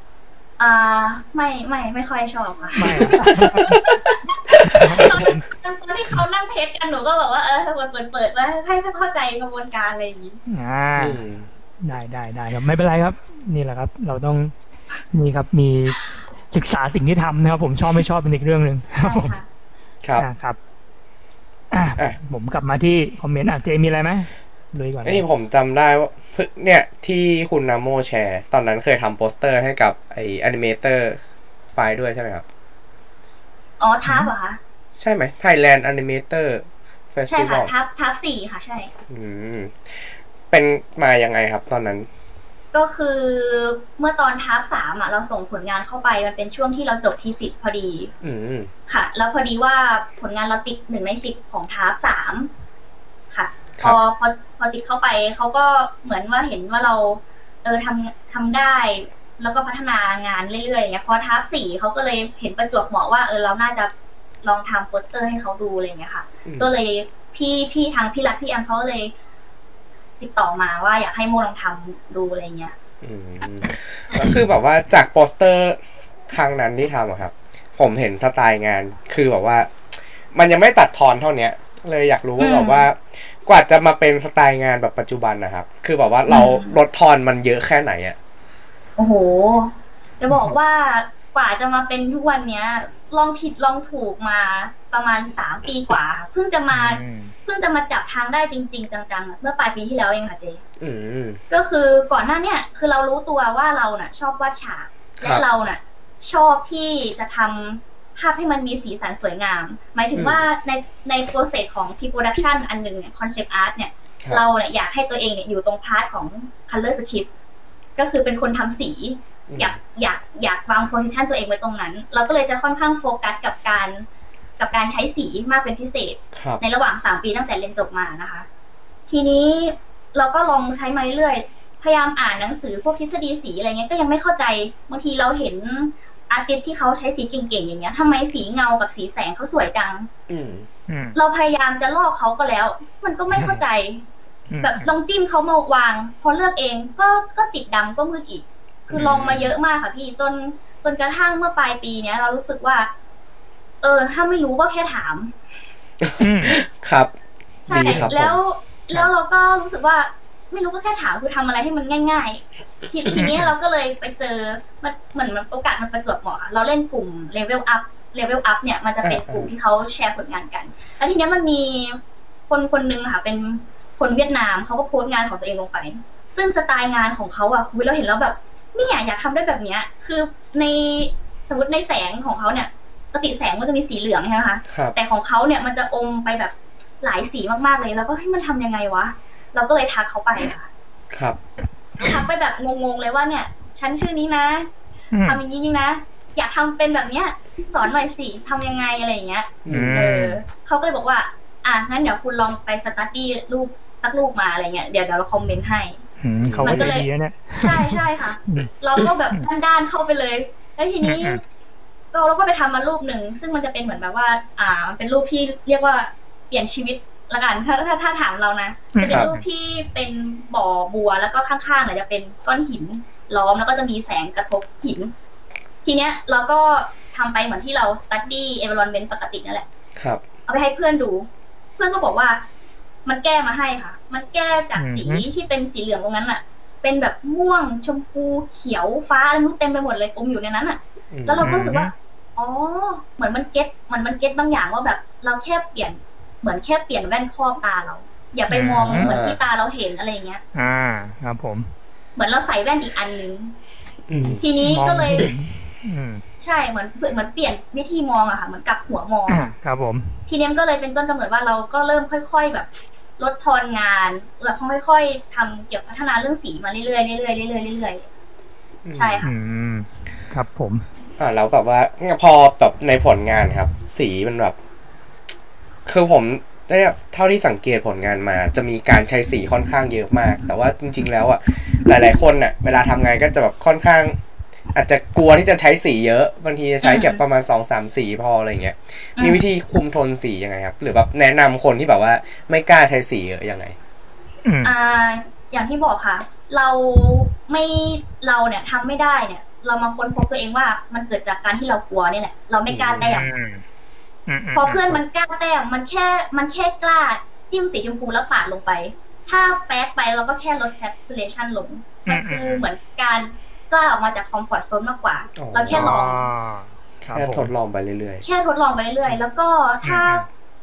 ไม่ค่อยชอบค่ะตอนที่เขานั่งเทสกันหนูก็บอกว่าเปิดไว้ให้เข้าใจกระบวนการอะไรอย่างนี้ได้ครับไม่เป็นไรครับนี่แหละครับเราต้องนี่ครับมีศึกษาสิ่งที่ทำนะครับผมชอบไม่ชอบเป็นอีกเรื่องนึงครับผมครับผมกลับมาที่คอมเมนต์เจมีอะไรไหมเลยก่อนนี่ผมจำได้ว่าเนี่ยที่คุณนาโมแชร์ตอนนั้นเคยทำโปสเตอร์ให้กับไอแอนิเมเตอร์ไฟล์ด้วยใช่ไหมครับอ๋อทับเหรอคะใช่ไหม Thailand Animator Festival ใช่ค่ะทับ4ค่ะใช่เป็นมายังไงครับตอนนั้นก็คือเมื่อตอนทับ3เราส่งผลงานเข้าไปมันเป็นช่วงที่เราจบทีสิสพอดีค่ะแล้วพอดีว่าผลงานเราติด1 ใน 10ของทับ3ค่ะพอติดเข้าไปเขาก็เหมือนว่าเห็นว่าเราทำได้แล้วก็พัฒนางานเรื่อยๆอย่างเงี้ยพอทับ4เขาก็เลยเห็นประจวบเหมาะว่าเราน่าจะลองทำโปสเตอร์ให้เขาดูอะไรอย่างเงี้ยค่ะก็เลยพี่ทางพี่รัฐพี่แอมเขาเลยติดต่อมาว่าอยากให้โมลองทำดูอะไรเงี้ยก็คือแบบว่าจากโปสเตอร์ครั้งนั้นที่ทำครับผมเห็นสไตล์งานคือแบบว่ามันยังไม่ตัดทอนเท่านี้เลยอยากรู้ว่าแบบว่ากว่าจะมาเป็นสไตล์งานแบบปัจจุบันนะครับคือแบบว่าเราลดทอนมันเยอะแค่ไหนอ่ะโอ้โหจะบอกว่ากว่าจะมาเป็นทุกวันเนี้ยลองผิดลองถูกมาประมาณ3 ปีกว่าเพิ่งจะมาจับทางได้จริงๆจังๆเมื่อปลายปีที่แล้วเองค่ะเจก็คือก่อนหน้าเนี่ยคือเรารู้ตัวว่าเราน่ะชอบวาดฉากและเราน่ะชอบที่จะทำภาพให้มันมีสีสันสวยงามหมายถึงว่าในโปรเซสของ pre-production อันนึงเนี่ย concept art เนี่ยเราเนี่ยอยากให้ตัวเองเนี่ยอยู่ตรงพาร์ทของ color script ก็คือเป็นคนทำสีอยากวางโพสิชันตัวเองไว้ตรงนั้นเราก็เลยจะค่อนข้างโฟกัสกับการใช้สีมากเป็นพิเศษในระหว่าง3 ปีตั้งแต่เรียนจบมานะคะทีนี้เราก็ลองใช้มาเรื่อยพยายามอ่านหนังสือพวกทฤษฎีสีอะไรเงี้ยก็ยังไม่เข้าใจบางทีเราเห็นอาร์ติสที่เขาใช้สีเก่งๆอย่างเงี้ยทำไมสีเงากับสีแสงเขาสวยจังเราพยายามจะลอกเขาก็แล้วมันก็ไม่เข้าใจแบบลองจิ้มเขามาวางพอเลือกเองก็ติดดำก็มืดอีกคือลองมาเยอะมากค่ะพี่จนกระทั่งเมื่อปลายปีเนี้ยเรารู้สึกว่าถ้าไม่รู้ก็แค่ถามครับใช่แล้วเราก็รู้สึกว่าไม่รู้ก็แค่ถามคือทำอะไรให้มันง่ายๆทีนี้เราก็เลยไปเจอมันเหมือนโอกาสมันประจวบเหมาะค่ะเราเล่นกลุ่ม level up เนี่ยมันจะเป็นกลุ่มที่เขาแชร์ผลงานกันแล้วทีนี้มันมีคนนึงค่ะเป็นคนเวียดนามเขาก็โพสต์งานของตัวเองลงไปซึ่งสไตล์งานของเขาเราเห็นแล้วแบบนี่อยากทำได้แบบนี้คือในสมมติในแสงของเขาเนี่ยปกติแสงมันจะมีสีเหลืองใช่ไหมคะแต่ของเขาเนี่ยมันจะอมไปแบบหลายสีมากๆเลยแล้วก็ให้มันทำยังไงวะเราก็เลยทักเขาไปค่ะครับทักไปแบบงงๆเลยว่าเนี่ยฉันชื่อนี้นะทำอย่างนี้นะอยากทำเป็นแบบเนี้ยสอนหน่อยสิทำยังไงอะไรอย่างเงี้ยเขาก็เลยบอกว่างั้นเดี๋ยวคุณลองไปสตั๊ดดี้รูปสักรูปมาอะไรเงี้ยเดี๋ยวเราคอมเมนต์ให้มันก็เลยใช่ค่ะเราก็แบบด้านๆเข้าไปเลยแล้วทีนี้เราก็ไปทำมารูปหนึ่งซึ่งมันจะเป็นเหมือนแบบว่ามันเป็นรูปที่เรียกว่าเปลี่ยนชีวิตละกันถ้าถามเรานะจะเป็นรูปที่เป็นบ่อบัวแล้วก็ข้างๆเนี่ยจะเป็นก้อนหินล้อมแล้วก็จะมีแสงกระทบหินทีเนี้ยเราก็ทำไปเหมือนที่เรา study environment ปกตินั่นแหละครับเอาไปให้เพื่อนดูเพื่อนก็บอกว่ามันแก้มาให้ค่ะมันแก้จากสีที่เป็นสีเหลืองตรงนั้นเป็นแบบม่วงชมพูเขียวฟ้าอะไรนู้นเต็มไปหมดเลยอมอยู่ในนั้นแล้วเราก็รู้สึกว่าเหมือนมันเก็ตบางอย่างว่าแบบเราแค่เปลี่ยนเหมือนแค่เปลี่ยนแว่นครอบตาเราอย่าไปมองเหมือนที่ตาเราเห็นอะไรเงี้ยครับผมเหมือนเราใส่แว่นอีกอันนึงทีนี้ก็เลยใช่เหมือนเปลี่ยนวิธีมองอะค่ะเหมือนกลับหัวมองครับผมทีนี้ก็เลยเป็นต้นกำเนิดว่าเราก็เริ่มค่อยๆแบบลดทอนงานแล้วค่อยๆทำเกี่ยวกับพัฒนาเรื่องสีมาเรื่อยๆใช่ค่ะครับผมแล้วแบบว่าพอแบบในผลงานครับสีมันแบบคือผมได้เท่าที่สังเกตผลงานมาจะมีการใช้สีค่อนข้างเยอะมากแต่ว่าจริงๆแล้วหลายๆคนเวลาทำงานก็จะแบบค่อนข้างอาจจะกลัวที่จะใช้สีเยอะบางทีจะใช้แค่ประมาณ 2-3 สีพออะไรเงี้ยมีวิธีคุมโทนสียังไงครับหรือแบบแนะนำคนที่แบบว่าไม่กล้าใช้สีเยอะยังไงอย่างที่บอกค่ะเราเนี่ยทำไม่ได้เนี่ยเรามาค้นพบตัวเองว่ามันเกิดจากการที่เรากลัวนี่แหละเราไม่กล้าแต้มพอเพื่อนมันกล้าแต้มมันแค่กล้าจิ้มสีชมพูแล้วปาดลงไปถ้าแป๊กไปเราก็แค่ลด saturation ลงมันคือเหมือนการกล้าออกมาจากคอมฟอร์ตโซนมากกว่าเราแค่ลองแค่ทดลองไปเรื่อยๆแล้วก็ถ้า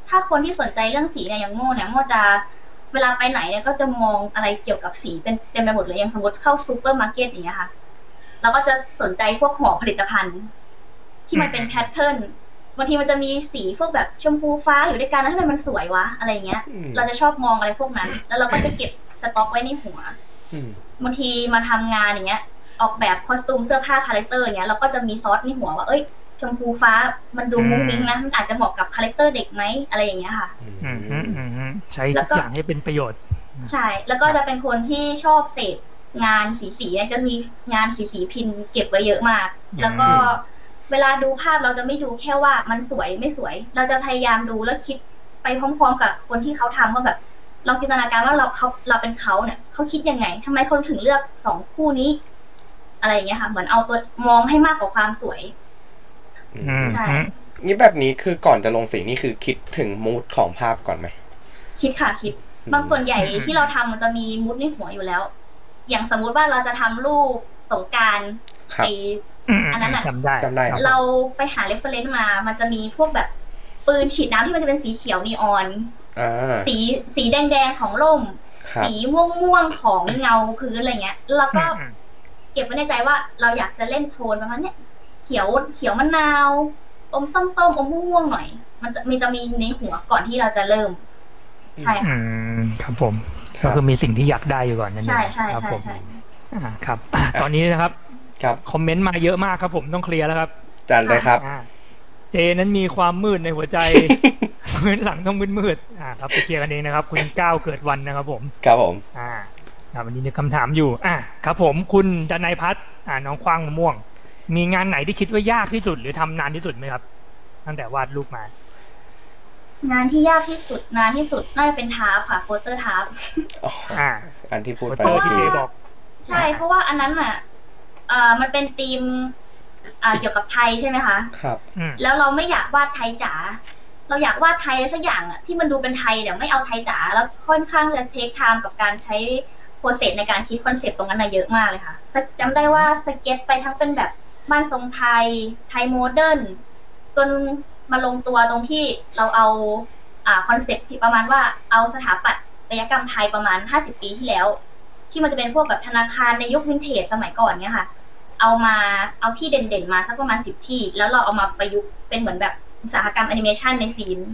ถ้าคนที่สนใจเรื่องสีเนี่ยอย่างโม่เนี่ยโม่จะเวลาไปไหนเนี่ยก็จะมองอะไรเกี่ยวกับสีเป็นเต็มไปหมดเลยอย่างสมมติเข้าซูเปอร์มาร์เก็ตอย่างเงี้ยค่ะเราก็จะสนใจพวกห่อผลิตภัณฑ์ที่มันเป็นแพทเทิร์นบางทีมันจะมีสีพวกแบบชมพูฟ้าอยู่ด้วยกันแล้วทำไมมันสวยวะอะไรเงี้ยเราจะชอบมองอะไรพวกนั้นแล้วเราก็จะเก็บสต็อกไว้ในหัวบางทีมาทำงานอย่างเงี้ยออกแบบคอสตูมเสื้อผ้าคาแรคเตอร์อย่างเงี้ยเราก็จะมีซอสในหัวว่าเอ้ยชมพูฟ้ามันดูมุ้งมิ้งนะมันอาจจะเหมาะกับคาแรคเตอร์เด็กไหมอะไรอย่างเงี้ยค่ะใช้ทุกอย่างให้เป็นประโยชน์ใช่แล้วก็จะเป็นคนที่ชอบเสพงานสีจะมีงานสีพิมพ์เก็บไว้เยอะมากแล้วก็เวลาดูภาพเราจะไม่ดูแค่ว่ามันสวยไม่สวยเราจะพยายามดูแล้วคิดไปพร้อมๆกับคนที่เขาทำว่าแบบลองจินตนาการว่าเราเป็นเขาเนี่ยเขาคิดยังไงทำไมเขาถึงเลือก2คู่นี้อะไรอย่างเงี้ยค่ะเหมือนเอาตัวมองให้มากกว่าความสวยใช่นี่แบบนี้คือก่อนจะลงสีนี่คือคิดถึงมูดของภาพก่อนไหมคิดค่ะคิดบางส่วนใหญ่ที่เราทำมันจะมีมูดในหัวอยู่แล้วอย่างสมมุติว่าเราจะทำรูปสงกรานต์ไปอันนั้นจำได้เราไปหาเรฟเฟอเรนซ์มามันจะมีพวกแบบปืนฉีดน้ำที่มันจะเป็นสีเขียวนีออนสีแดงๆของร่มสีม่วงของเงาพื้นอะไรเงี้ยแล้วก็เก็บไว้ในใจว่าเราอยากจะเล่นโทนประมาณเนี้ยเขียวมะนาวอมส้มอมม่วงหน่อยมันจะมีในหัวก่อนที่เราจะเริ่มใช่ค่ะครับผมก็คือมีสิ่งที่อยากได้อยู่ก่อนนั่นเองใช่ครับผมครับตอนนี้นะครับคอมเมนต์มาเยอะมากครับผมต้องเคลียร์แล้วครับจัดเลยครับเจนั้นมีความมืดในหัวใจพื้นหลังต้องมืดครับไปเคลียร์กันเองนะครับคุณก้าวเกิดวันนะครับผมครับผมวันนี้มีคำถามอยู่ครับผมคุณดนัยพัฒน์น้องคว้างมะม่วงมีงานไหนที่คิดว่ายากที่สุดหรือทำนานที่สุดไหมครับตั้งแต่วาดรูปมางานที่ยากที่สุดนานที่สุดน่าจะเป็นทาร์ปค่ะโปสเตอร์ทาร์ปอันที่พูดไปเมื่อกี้บอกใช่เพราะว่าอันนั้นมันเป็นธีมเกี่ยวกับไทยใช่ไหมคะครับแล้วเราไม่อยากวาดไทยจ๋าเราอยากวาดไทยสักอย่างที่มันดูเป็นไทยแต่ไม่เอาไทยจ๋าแล้วค่อนข้างจะเทคไทม์กับการใช้โปรเซสในการคิดคอนเซปต์ตรงนั้นเยอะมากเลยค่ะจำได้ว่าสเก็ตไปทั้งเป็นแบบบ้านทรงไทยโมเดิร์นจนมาลงตัวตรงที่เราเอาคอนเซปต์ที่ประมาณว่าเอาสถาปัตยกรรมไทยประมาณ50 ปีที่แล้วที่มันจะเป็นพวกแบบธนาคารในยุควินเทจสมัยก่อนเนี่ยค่ะเอาที่เด่นๆมาสักประมาณ10 ที่แล้วเราเอามาประยุกต์เป็นเหมือนแบบอุตสาหกรรมแอนิเมชันในซีน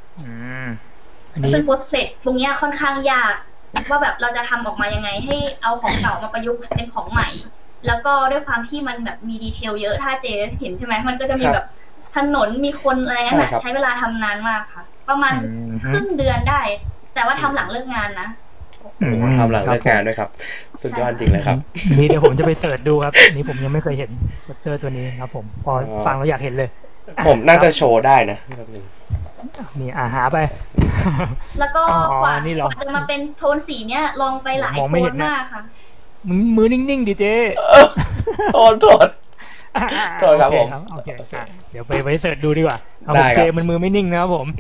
ซึ่งโปรเซสตรงนี้ค่อนข้างยากว่าแบบเราจะทำออกมายังไงให้เอาของเก่ามาประยุกต์เป็นของใหม่แล้วก็ด้วยความที่มันแบบมีดีเทลเยอะถ้าเจเห็นใช่ไหมมันก็จะมีแบบถนนมีคนอะไรนั่นแหละใช้เวลาทำนานมากค่ะประมาณครึ่งเดือนได้แต่ว่าทำหลังเลิกงานนะทำหลังเลิกงานด้วยครับสุดยอดจริงเลยครับนี่เดี๋ยวผมจะไปเสิร์ชดูครับนี่ผมยังไม่เคยเห็นโปสเตอร์ตัวนี้ครับผมพอฟังแล้วอยากเห็นเลยผมน่าจะโชว์ได้นะนี่หาไปแล้วก็กว่าจะมาเป็นโทนสีเนี้ยลองไปหลายโทนมากค่ะมือนิ่งๆดิเจโทษครับผมโอเคเดี๋ยวไปเสิร์ชดูดีกว่าเอาเจมันมือไม่นิ่งนะครับผม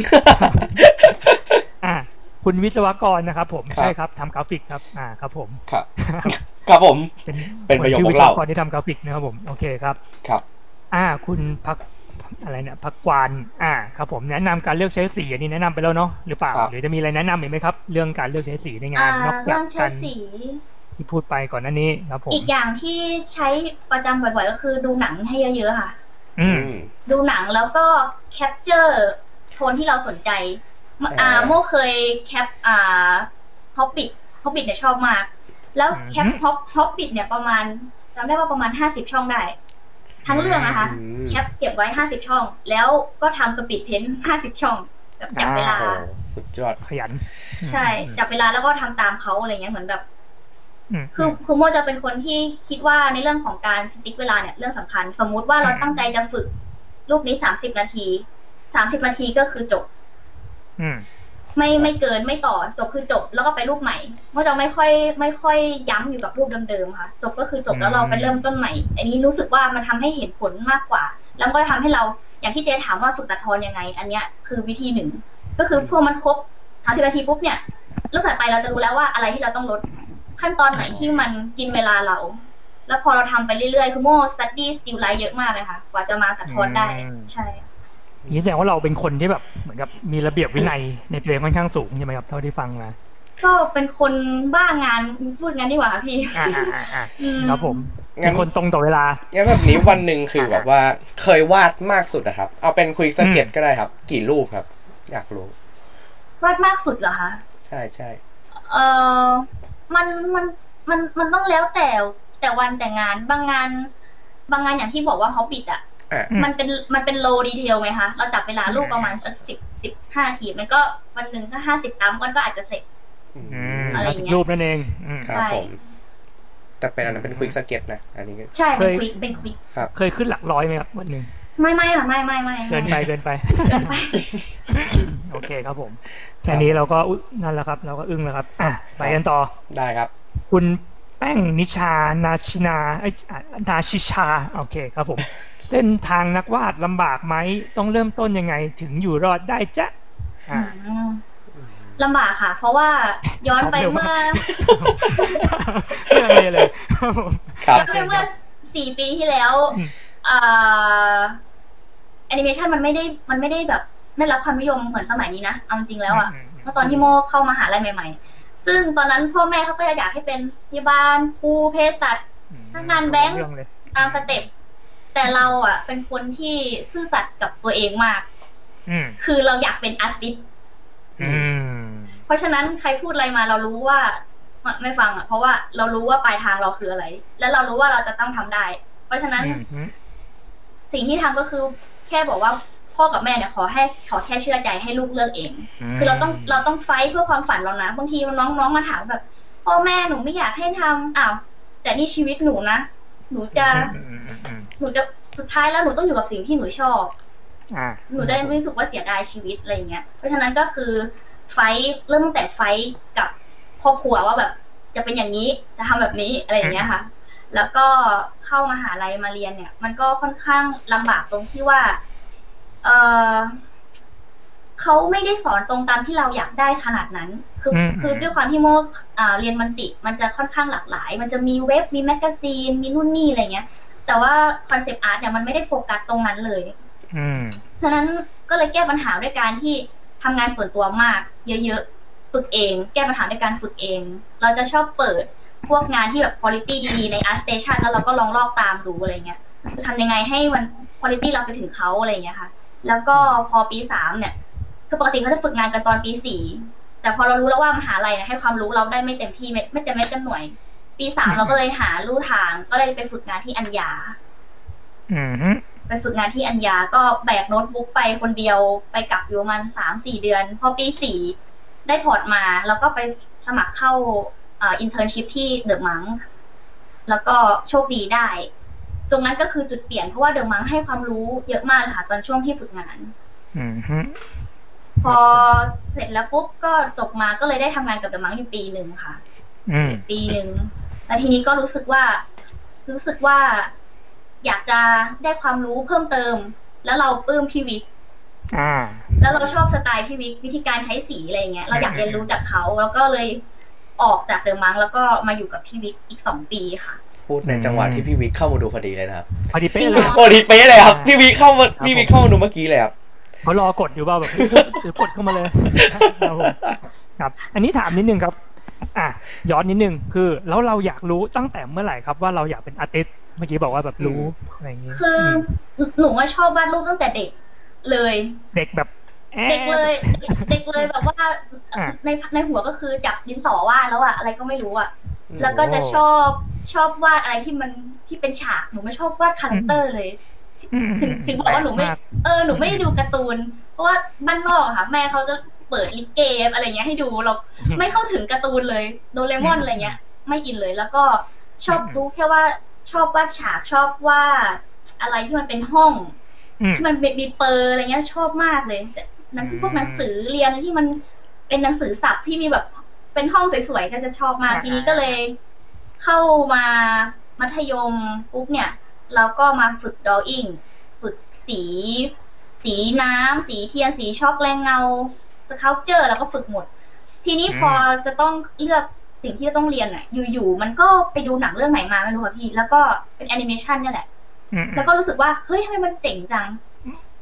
คุณวิศวกรนะครับผมใช่ครับทำกราฟิกครับครับผมครับผมเป็นประโยคของเราวิศวกรที่ทำกราฟิกนะครับผมโอเคครับครับคุณพักอะไรเนี่ยพักกวานครับผมแนะนำการเลือกใช้สีอันนี้แนะนำไปแล้วเนาะหรือเปล่าหรือจะมีอะไรแนะนำอีกไหมครับเรื่องการเลือกใช้สีในงานนอกจากการที่พูดไปก่อนหน้านี้ครับผมอีกอย่างที่ใช้ประจำบ่อยๆก็คือดูหนังให้เยอะๆค่ะดูหนังแล้วก็แคปเจอร์โทนที่เราสนใจโมเคยแคปฮอบบิทเนี่ยชอบมากแล้วแคปฮอบบิทเนี่ยประมาณจำได้ว่าประมาณ50 ช่องได้ทั้งเรื่องนะคะแคปเก็บไว้50 ช่องแล้วก็ทำสปีดเพนท์50 ช่องแบบจับเวลาสุดยอดขยันใช่จับเวลาแล้วก็ทำตามเขาอะไรเงี้ยเหมือนแบบคือโมจะเป็นคนที่คิดว่าในเรื่องของการสติ๊กเวลาเนี่ยเรื่องสำคัญสมมุติว่าเราตั้งใจจะฝึกรูปนี้30 นาที30 นาทีก็คือจบไม่เกินไม่ต่อจบคือจบแล้วก็ไปรูปใหม่โมจะไม่ค่อยย้ำอยู่กับรูปเดิมๆค่ะจบก็คือจบแล้วเราไปเริ่มต้นใหม่อันนี้รู้สึกว่ามันทำให้เห็นผลมากกว่าแล้วก็ทำให้เราอย่างที่เจถามว่าฝึกตัดทอนยังไงอันเนี้ยคือวิธีหนึ่งก็คือพวกมันครบ30 นาทีปุ๊บเนี่ยรูปถัดไปเราจะรู้แล้วว่าอะไรที่เราต้องลดขั้นตอนไหนที่มันกินเวลาเราแล้วพอเราทำไปเรื่อยๆคือโม่ study still life เยอะมากเลยค่ะกว่าจะมาตัดทอนได้ใช่นี่แสดงว่าเราเป็นคนที่แบบเหมือนกับมีระเบียบวินัยในตัวเองค่อนข้างสูงใช่ไหมครับเท่าที่ฟังมาก็เป็นคนบ้างานพูดงั้นดีกว่าพี่ครับผมเป็นคนตรงต่อเวลางั้นแบบนี้วันหนึ่งคือแบบว่าเคยวาดมากสุดอะครับเอาเป็นควิกสเก็ตก็ได้ครับกี่รูปครับอยากรู้วาดมากสุดเหรอคะใช่ใช่มันต้องแล้วแต่วันแต่งานบางงานอย่างที่บอกว่าฮอบบิทอะมันเป็นโลดีเทลไหมคะเราจับเวลารูปประมาณสัก15 นาทีมันก็วันหนึ่งก็50 ตั้มก็อาจจะเสร็จอะไรอย่างเงี้ยรูปนั่นเองครับผมแต่เป็นอันนั้นเป็นควิกสเก็ตนะอันนี้ใช่เป็นควิกครับเคยขึ้นหลักร้อยไหมครับวันหนึ่งไม่ค่ะไม่เกินไปโอเคครับผมแค่นี้เราก็นั่นแหละครับเราก็อึ้งแล้วครับไปกันต่อได้ครับคุณแป้งนิชานาชินานาชิชาโอเคครับผมเส้นทางนักวาดลำบากไหมต้องเริ่มต้นยังไงถึงอยู่รอดได้จ๊ะลำบากค่ะเพราะว่าย้อนไปเมื่อเลยย้อนไปเมื่อ4 ปีที่แล้วแอนิเมชันมันไม่ได้แบบได้รับความนิยมเหมือนสมัยนี้นะเอาจริงแล้วอะเมื่อตอนที่โมเข้ามหาลัยใหม่ๆซึ่งตอนนั้นพ่อแม่เขาก็อยากให้เป็นพยาบาลครูเภสัชพนักงานแบงก์ตามสเต็ปแต่เราอะเป็นคนที่ซื่อสัตย์กับตัวเองมากคือเราอยากเป็นอาร์ติสต์เพราะฉะนั้นใครพูดอะไรมาเรารู้ว่าไม่ฟังอ่ะเพราะว่าเรารู้ว่าปลายทางเราคืออะไรและเรารู้ว่าเราจะต้องทำได้เพราะฉะนั้นสิ่งที่ทำก็คือแค่บอกว่าพ่อกับแม่เนี่ยขอแค่เชื่อใจให้ลูกเลือกเองคือเราต้องไฟท์เพื่อความฝันเรานะบางทีน้องมาถามแบบพ่อแม่หนูไม่อยากให้ทำแต่นี่ชีวิตหนูนะหนูจะสุดท้ายแล้วหนูต้องอยู่กับสิ่งที่หนูชอบหนูได้ไม่รู้สึกว่าเสียดายชีวิตอะไรเงี้ยเพราะฉะนั้นก็คือไฟเริ่มตั้งแต่ไฟกับครอบครัวว่าแบบจะเป็นอย่างนี้จะทำแบบนี้อะไรอย่างเงี้ยค่ะแล้วก็เข้ามหาลัยมาเรียนเนี่ยมันก็ค่อนข้างลำบากตรงที่ว่าเขาไม่ได้สอนตรงตามที่เราอยากได้ขนาดนั้นคือด้วยความที่โมเรียนมันจะค่อนข้างหลากหลายมันจะมีเว็บมีแมกกาซีนมีนู่นนี่อะไรเงี้ยแต่ว่าคอนเซปต์อาร์ตเนี่ยมันไม่ได้โฟกัสตรงนั้นเลยฉะนั้นก็เลยแก้ปัญหาด้วยการที่ทำงานส่วนตัวมากเยอะๆฝึกเองแก้ปัญหาด้วยการฝึกเองเราจะชอบเปิดพวกงานที่แบบคุณภาพดีๆใน Art Station แล้วเราก็ลองลอกตามดูอะไรเงี้ยจะทำยังไงให้มันคุณภาพเราไปถึงเขาอะไรเงี้ยค่ะแล้วก็พอปี3เนี่ยคือปกติเขาจะฝึกงานกันตอนปี4แต่พอเรารู้แล้วว่ามหาลัยเนี่ยให้ความรู้เราได้ไม่เต็มที่ไม่เต็มหน่วยปี3เราก็เลยหาลู่ทางก็เลยไปฝึกงานที่อัญญาไปฝึกงานที่อัญญาก็แบกโน้ตบุ๊กไปคนเดียวไปกลับอยู่ประมาณ 3-4 เดือนพอปี4ได้พอร์ตมาแล้วก็ไปสมัครเข้าอินเทิร์นชิพที่เดอะมังแล้วก็โชคดีได้ตรงนั้นก็คือจุดเปลี่ยนเพราะว่าเดอะมังให้ความรู้เยอะมากค่ะตอนช่วงที่ฝึกงานพอเสร็จแล้วปุ๊บก็จบมาก็เลยได้ทำงานกับเดอะมังอยู่ปีหนึ่งค่ะปีหนึ่งแล้วทีนี้ก็รู้สึกว่าอยากจะได้ความรู้เพิ่มเติมแล้วเราปลื้มพี่วิกแล้วเราชอบสไตล์พี่วิกวิธีการใช้สีอะไรเงี้ยเราอยากเรียนรู้จากเขาแล้วก็เลยออกจากเดอะมังแล้วก็มาอยู่กับพี่วิกอีก2 ปีค่ะพูดในจังหวะที่พี่วิกเข้ามาดูพอดีเลยนะครับพอดีเป๊ะเลยครับพี่วิกเข้ามาดูเมื่อกี้เลยครับเขารอกดอยู่แบบถือกดเข้ามาเลยครับอันนี้ถามนิดนึงครับย้อนนิดนึงคือแล้วเราอยากรู้ตั้งแต่เมื่อไหร่ครับว่าเราอยากเป็นอาร์ติสต์เมื่อกี้บอกว่าแบบรู้อะไรอย่างงี้คือหนูชอบวาดรูปตั้งแต่เด็กเลยเด็กแบบเด็กเลยแบบว่าในหัวก็คือจับดินสอวาดแล้วอะอะไรก็ไม่รู้อะแล้วก็จะชอบวาดอะไรที่เป็นฉากหนูไม่ชอบวาดคาแรคเตอร์เลยถึงบอกว่าหนูไม่ได้ดูการ์ตูนเพราะว่าบ้านนอกค่ะแม่เขาจะเปิดลิเกอะไรเงี้ยให้ดูเราไม่เข้าถึงการ์ตูนเลยโดเรมอนอะไรเงี้ยไม่อินเลยแล้วก็ชอบรู้แค่ว่าชอบวาดฉากชอบวาดอะไรที่มันเป็นห้องที่มันมีเปอร์อะไรเงี้ยชอบมากเลยแต่พวกหนังสือเรียนที่มันเป็นหนังสือศัพท์ที่มีแบบเป็นห้องสวยๆก็จะชอบมากทีนี้ก็เลยเข้ามามัธยมปุ๊บเนี่ยเราก็มาฝึกดรออิ่งฝึกสีน้ำสีเทียนสีช็อกแรงเงาสเคัลปเจอร์แล้วก็ฝึกหมดทีนี้พอจะต้องเลือกสิ่งที่จะต้องเรียนอ่ะอยู่ๆมันก็ไปดูหนังเรื่องไหนมาไม่รู้ค่ะพี่แล้วก็เป็นแอนิเมชันนี่แหละแล้วก็รู้สึกว่าเฮ้ยทำไมมันเจ๋งจัง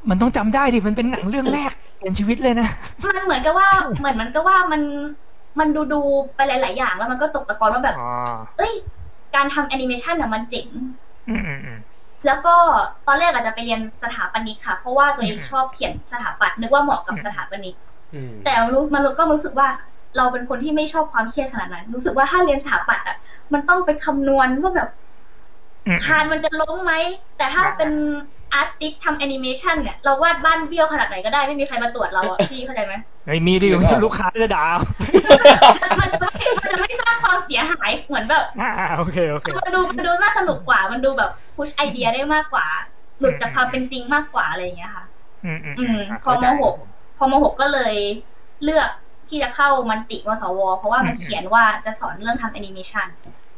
มันต้องจำได้ดิมันเป็นหนังเรื่องแรกเปลี่ยนชีวิตเลยนะมันเหมือนกับว่ามันดูไปหลายๆอย่างแล้วมันก็ตกตะกอนว่าแบบเอ้ยการทำแอนิเมชันอะมันเจ๋งแล้วก็ตอนแรกอาจจะไปเรียนสถาปนิกค่ะเพราะว่าตัวเองชอบเขียนสถาปัตย์นึกว่าเหมาะกับสถาปนิกแต่มันก็รู้สึกว่าเราเป็นคนที่ไม่ชอบความเครียดขนาดนั้นรู้สึกว่าถ้าเรียนสถาปัตย์อะมันต้องไปคำนวณว่าแบบคานมันจะล้มไหมแต่ถ้าเป็นอาร์ติสทำแอนิเมชันเนี่ยเราวาดบ้านเบี้ยวขนาดไหนก็ได้ไม่มีใครมาตรวจเราอ่ะพี่เข้าใจไหมไม่มีดิลูกค้าจะด่ามันจะไม่สร้างความเสียหายเหมือนแบบโอเคมันดูน่าสนุกกว่ามันดูแบบพุชไอเดียได้มากกว่าหลุดจากความเป็นจริงมากกว่าอะไรอย่างเงี้ยค่ะพอม.6ก็เลยเลือกที่จะเข้ามันติวสวเพราะว่ามันเขียนว่าจะสอนเรื่องทำแอนิเมชัน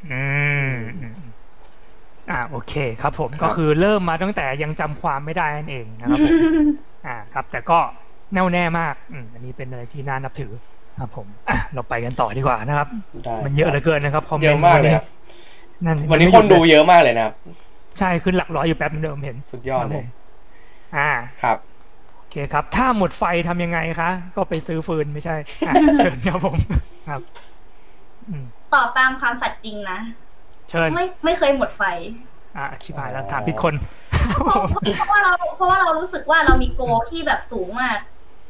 โอเคครับผมก็คือเริ่มมาตั้งแต่ยังจำความไม่ได้นั่นเองนะครับผมครับแต่ก็แน่วแน่มากอันนี้เป็นอะไรที่น่านับถือครับผมเราไปกันต่อดีกว่านะครับมันเยอะเหลือเกินนะครับเยอะมากเลยครับวันนี้คนดูเยอะมากเลยนะครับใช่ขึ้นหลักร้อยอยู่แป๊บนึงเดิมเห็นสุดยอดเลยครับโอเคครับถ้าหมดไฟทำยังไงคะก็ไปซื้อฟืนไม่ใช่เชิญครับผมครับตอบตามความสัตย์จริงนะไม่เคยหมดไฟชิบหายแล้วถามผิดคนเพราะว่าเรารู้สึกว่าเรามีโกที่แบบสูงมาก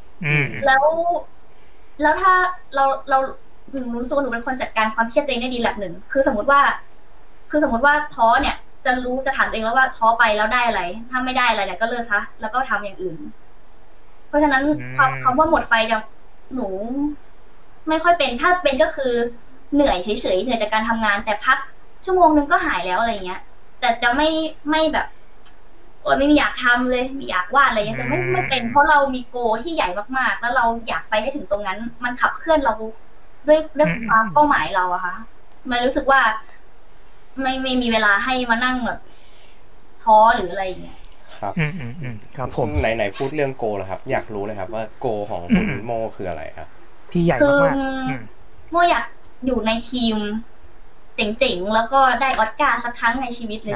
แล้วถ้าเรารู้สึกว่าหนูเป็นคนจัดการความเครียดตัวเองได้ดีแบบหนึ่งคือสมมติว่าท้อเนี่ยจะถามตัวเองแล้วว่าท้อไปแล้วได้อะไรถ้าไม่ได้อะไรเนี่ยก็เลิกซะแล้วก็ทำอย่างอื่นเพราะฉะนั้นคำว่าหมดไฟจะหนูไม่ค่อยเป็นถ้าเป็นก็คือเหนื่อยเฉยๆเหนื่อยจากการทำงานแต่พักชั่วโมงนึงก็หายแล้วอะไรเงี้ยแต่จะไม่แบบโอ๊ยไม่มีอยากทำเลยมีอยากวาดอะไรเงี้ยจะไม่เป็นเพราะเรามีโกที่ใหญ่มากๆแล้วเราอยากไปให้ถึงตรงนั้นมันขับเคลื่อนเราด้วยความเป้าหมายเราอะค่ะไม่รู้สึกว่าไม่มีเวลาให้มานั่งแบบท้อหรืออะไรเงี้ยครับครับผมไหนพูดเรื่องโกเหรอครับอยากรู้เลยครับว่าโกของคุณโมคืออะไรครับที่ใหญ่มากโมอยากอยู่ในทีมเจ๋งๆแล้วก็ได้ออสการ์สักครั้งในชีวิตเลย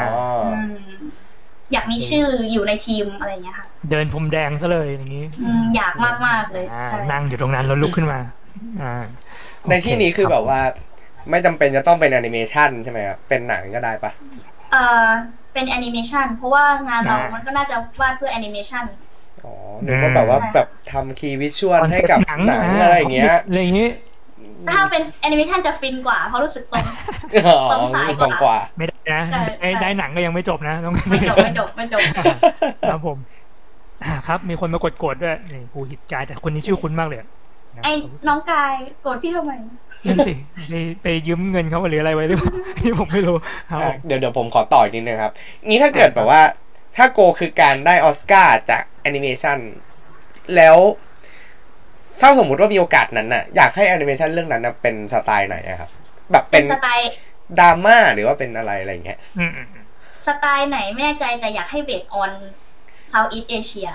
อยากมีชื่ออยู่ในทีมอะไรเงี้ยค่ะเดินพรมแดงซะเลยอย่างนี้อยากมากๆเลยนั่งอยู่ตรงนั้นแล้วลุกขึ้นมาในที่นี้คือแบบว่าไม่จำเป็นจะต้องเป็นแอนิเมชันใช่ไหมครับเป็นหนังก็ได้ปะเป็นแอนิเมชันเพราะว่างานเรามันก็น่าจะวาดเพื่อแอนิเมชันหรือว่าแบบว่าแบบทำคีย์วิชวลให้กับหนังอะไรอย่างเงี้ยอะไรอย่างงี้ถ้าเป็นแอนิเมชันจะฟินกว่าเพราะรู้สึกตรงสายกว่าไม่ได้นะได้หนังก็ยังไม่จบนะต้องไม่จบครับผมครับมีคนมากดโกรธด้วยนี่ผู้หิตกายแต่คนนี้ชื่อคุ้นมากเลยไอ้น้องกายโกรธพี่ทำไมนั่นสิไปยืมเงินเขาหรืออะไรไว้หรือเปล่าที่ผมไม่รู้เดี๋ยวผมขอต่ออีกนิดนึงครับงี้ถ้าเกิดแบบว่าถ้าโกคือการได้ออสการ์จากแอนิเมชันแล้วถ้าสมมุติว่ามีโอกาสนั้นน่ะอยากให้แอนิเมชันเรื่องนั้นน่ะเป็นสไตล์ไหนครับแบบเป็นสไตล์ดราม่าหรือว่าเป็นอะไรเงี้ยสไตล์ไหนไม่แน่ใจแต่อยากให้เบสออนเซาท์อีสต์เอเชีย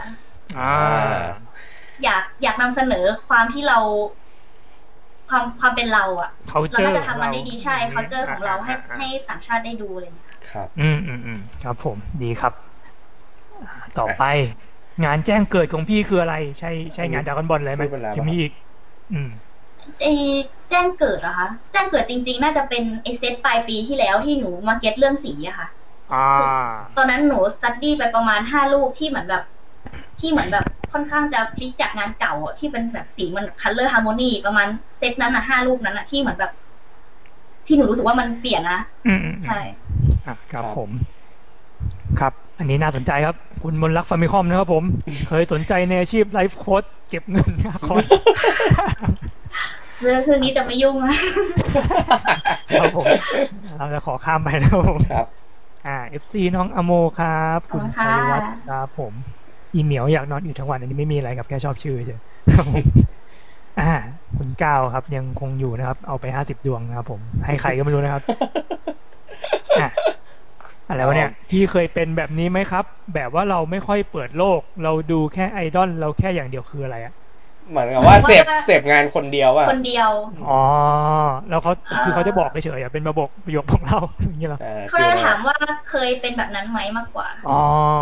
อยากนำเสนอความที่เราความเป็นเราอ่ะเราน่าจะทำมันได้ดีใช่ culture ของเราให้ต่างชาติได้ดูเลยครับครับผมดีครับต่อไปงานแจ้งเกิดของพี่คืออะไรใช่งานดราก้อนบอลอะไรไหมจะมีอีกแจ้งเกิดเหรอคะแจ้งเกิดจริงๆน่าจะเป็นไอเซตปลายปีที่แล้วที่หนูมาเก็ตเรื่องสีอะค่ะตอนนั้นหนูสตัดดี้ไปประมาณ5 ลูกที่เหมือนแบบค่อนข้างจะพลิกจากงานเก่าที่เป็นแบบสีมัน color harmony ประมาณเซตนั้น5 ลูกนั้นที่เหมือนแบบที่หนูรู้สึกว่ามันเปลี่ยนนะใช่ครับผมครับอันนี้น่าสนใจครับคุณมนลักษ์ฟาร์มิคอมนะครับผมเคยสนใจในอาชีพไลฟ์โค้ชเก็บเงินนะครับเรื่องคืนนี้จะไม่ยุ่งนะครับผมเราจะขอข้ามไปนะครับผมครับ FC น้องอโมครับคุณพลวัฒน์ครับผมอีเหมียวอยากนอนอยู่ทั้งวันอันนี้ไม่มีอะไรครับแค่ชอบชื่อเฉยคุณก้าวครับยังคงอยู่นะครับเอาไป50 ดวงนะครับผมให้ใครก็ไม่รู้นะครับอะไรวะเนี่ยที่เคยเป็นแบบนี้ไหมครับแบบว่าเราไม่ค่อยเปิดโลกเราดูแค่ไอดอลเราแค่อย่างเดียวคืออะไรอะเหมือนกับว่าเสพงานคนเดียวอะคนเดียวแล้วเขาคือเขาจะบอกเฉยๆเป็นประโยคของเราอย่างนี้เหรอเขาจะถามว่าเคยเป็นแบบนั้นไหมมากกว่า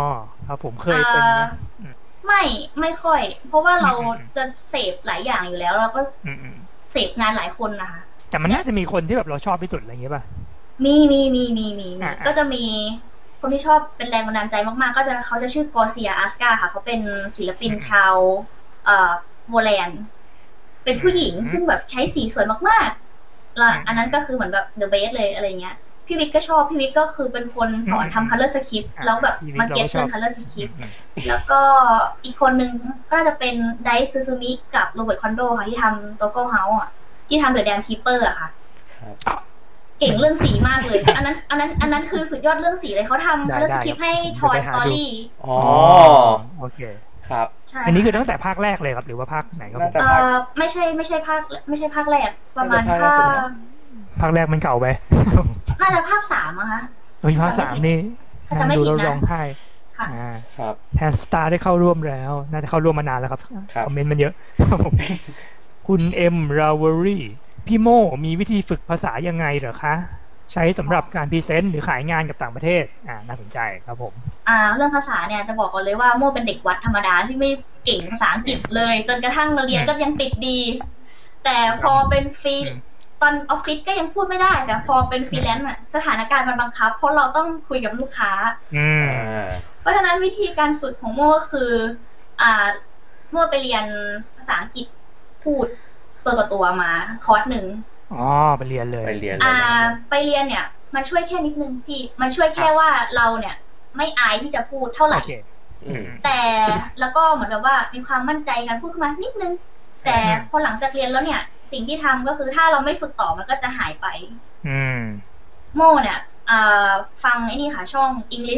ครับผมเคยเป็นไม่ค่อยเพราะว่าเราจะเสพหลายอย่างอยู่แล้วเราก็เสพงานหลายคนนะคะแต่มันน่าจะมีคนที่แบบเราชอบที่สุดอะไรอย่างเงี้ยป่ะมีก็จะมีคนที่ชอบเป็นแรงบันดาลใจมากๆก็จะเขาจะชื่อกอเซียอาสกาค่ะเขาเป็นศิลปินชาวโมแลนด์เป็นผู้หญิงซึ่งแบบใช้สีสวยมากๆแล้วอันนั้นก็คือเหมือนแบบเดอะเบสเลยอะไรเงี้ยพี่วิกก็ชอบพี่วิกก็คือเป็นคนสอนทำ color script แล้วแบบมันเก็ตเรื่อง color script แล้วก็อีกคนนึงก็จะเป็นไดซูซูมิกับโรเบิร์ตคอนโดค่ะที่ทำโตโก้เฮาส์อ่ะที่ทำเดอะแดมคีเปอร์อะค่ะเก่งเรื่องสีมากเลยอันนั้นคือสุดยอดเรื่องสีเลยเขาทำ color script ให้ Toy Story อ๋อโอเคครับอันนี้คือตั้งแต่ภาคแรกเลยครับหรือว่าภาคไหนครับไม่ใช่ภาคแรกประมาณภาคแรกมันเก่าไปน่าจะภาค3อะคะภาค3นี่ดูแล้วร้องไห้ครับแทนสตาร์ได้เข้าร่วมแล้วน่าจะเข้าร่วมมานานแล้วครับคอมเมนต์มันเยอะคุณเอ็มราเวอรี่พี่โมมีวิธีฝึกภาษายังไงเหรอคะใช้สำหรับการพรีเซนต์หรือขายงานกับต่างประเทศน่าสนใจครับผมเรื่องภาษาเนี่ยจะบอกก่อนเลยว่าโมเป็นเด็กวัดธรรมดาที่ไม่เก่งภาษาอังกฤษเลยจนกระทั่งมาเรียนก็ยังติดดีแต่พอเป็นฟรีตอนออฟฟิศก็ยังพูดไม่ได้แต่พอเป็นฟรีแลนซ์สถานการณ์มันบังคับเพราะเราต้องคุยกับลูกค้าเพราะฉะนั้นวิธีการฝึกของโมก็คือโมไปเรียนภาษาอังกฤษพูดตัวต่อตัวมาคอร์สหนึ่งไปเรียนเลยไปเรียนเนี่ยมันช่วยแค่นิดนึงพี่มันช่วยแค่ว่าเราเนี่ยไม่อายที่จะพูดเท่าไหร่แต่แล้วก็เหมือนแบบว่ามีความมั่นใจการพูดขึ้นมานิดนึงแต่พอหลังจากเรียนแล้วเนี่ยสิ่งที่ทำก็คือถ้าเราไม่ฝึกต่อมันก็จะหายไปโมเนี่ยฟังไอ้นี่ค่ะช่อง English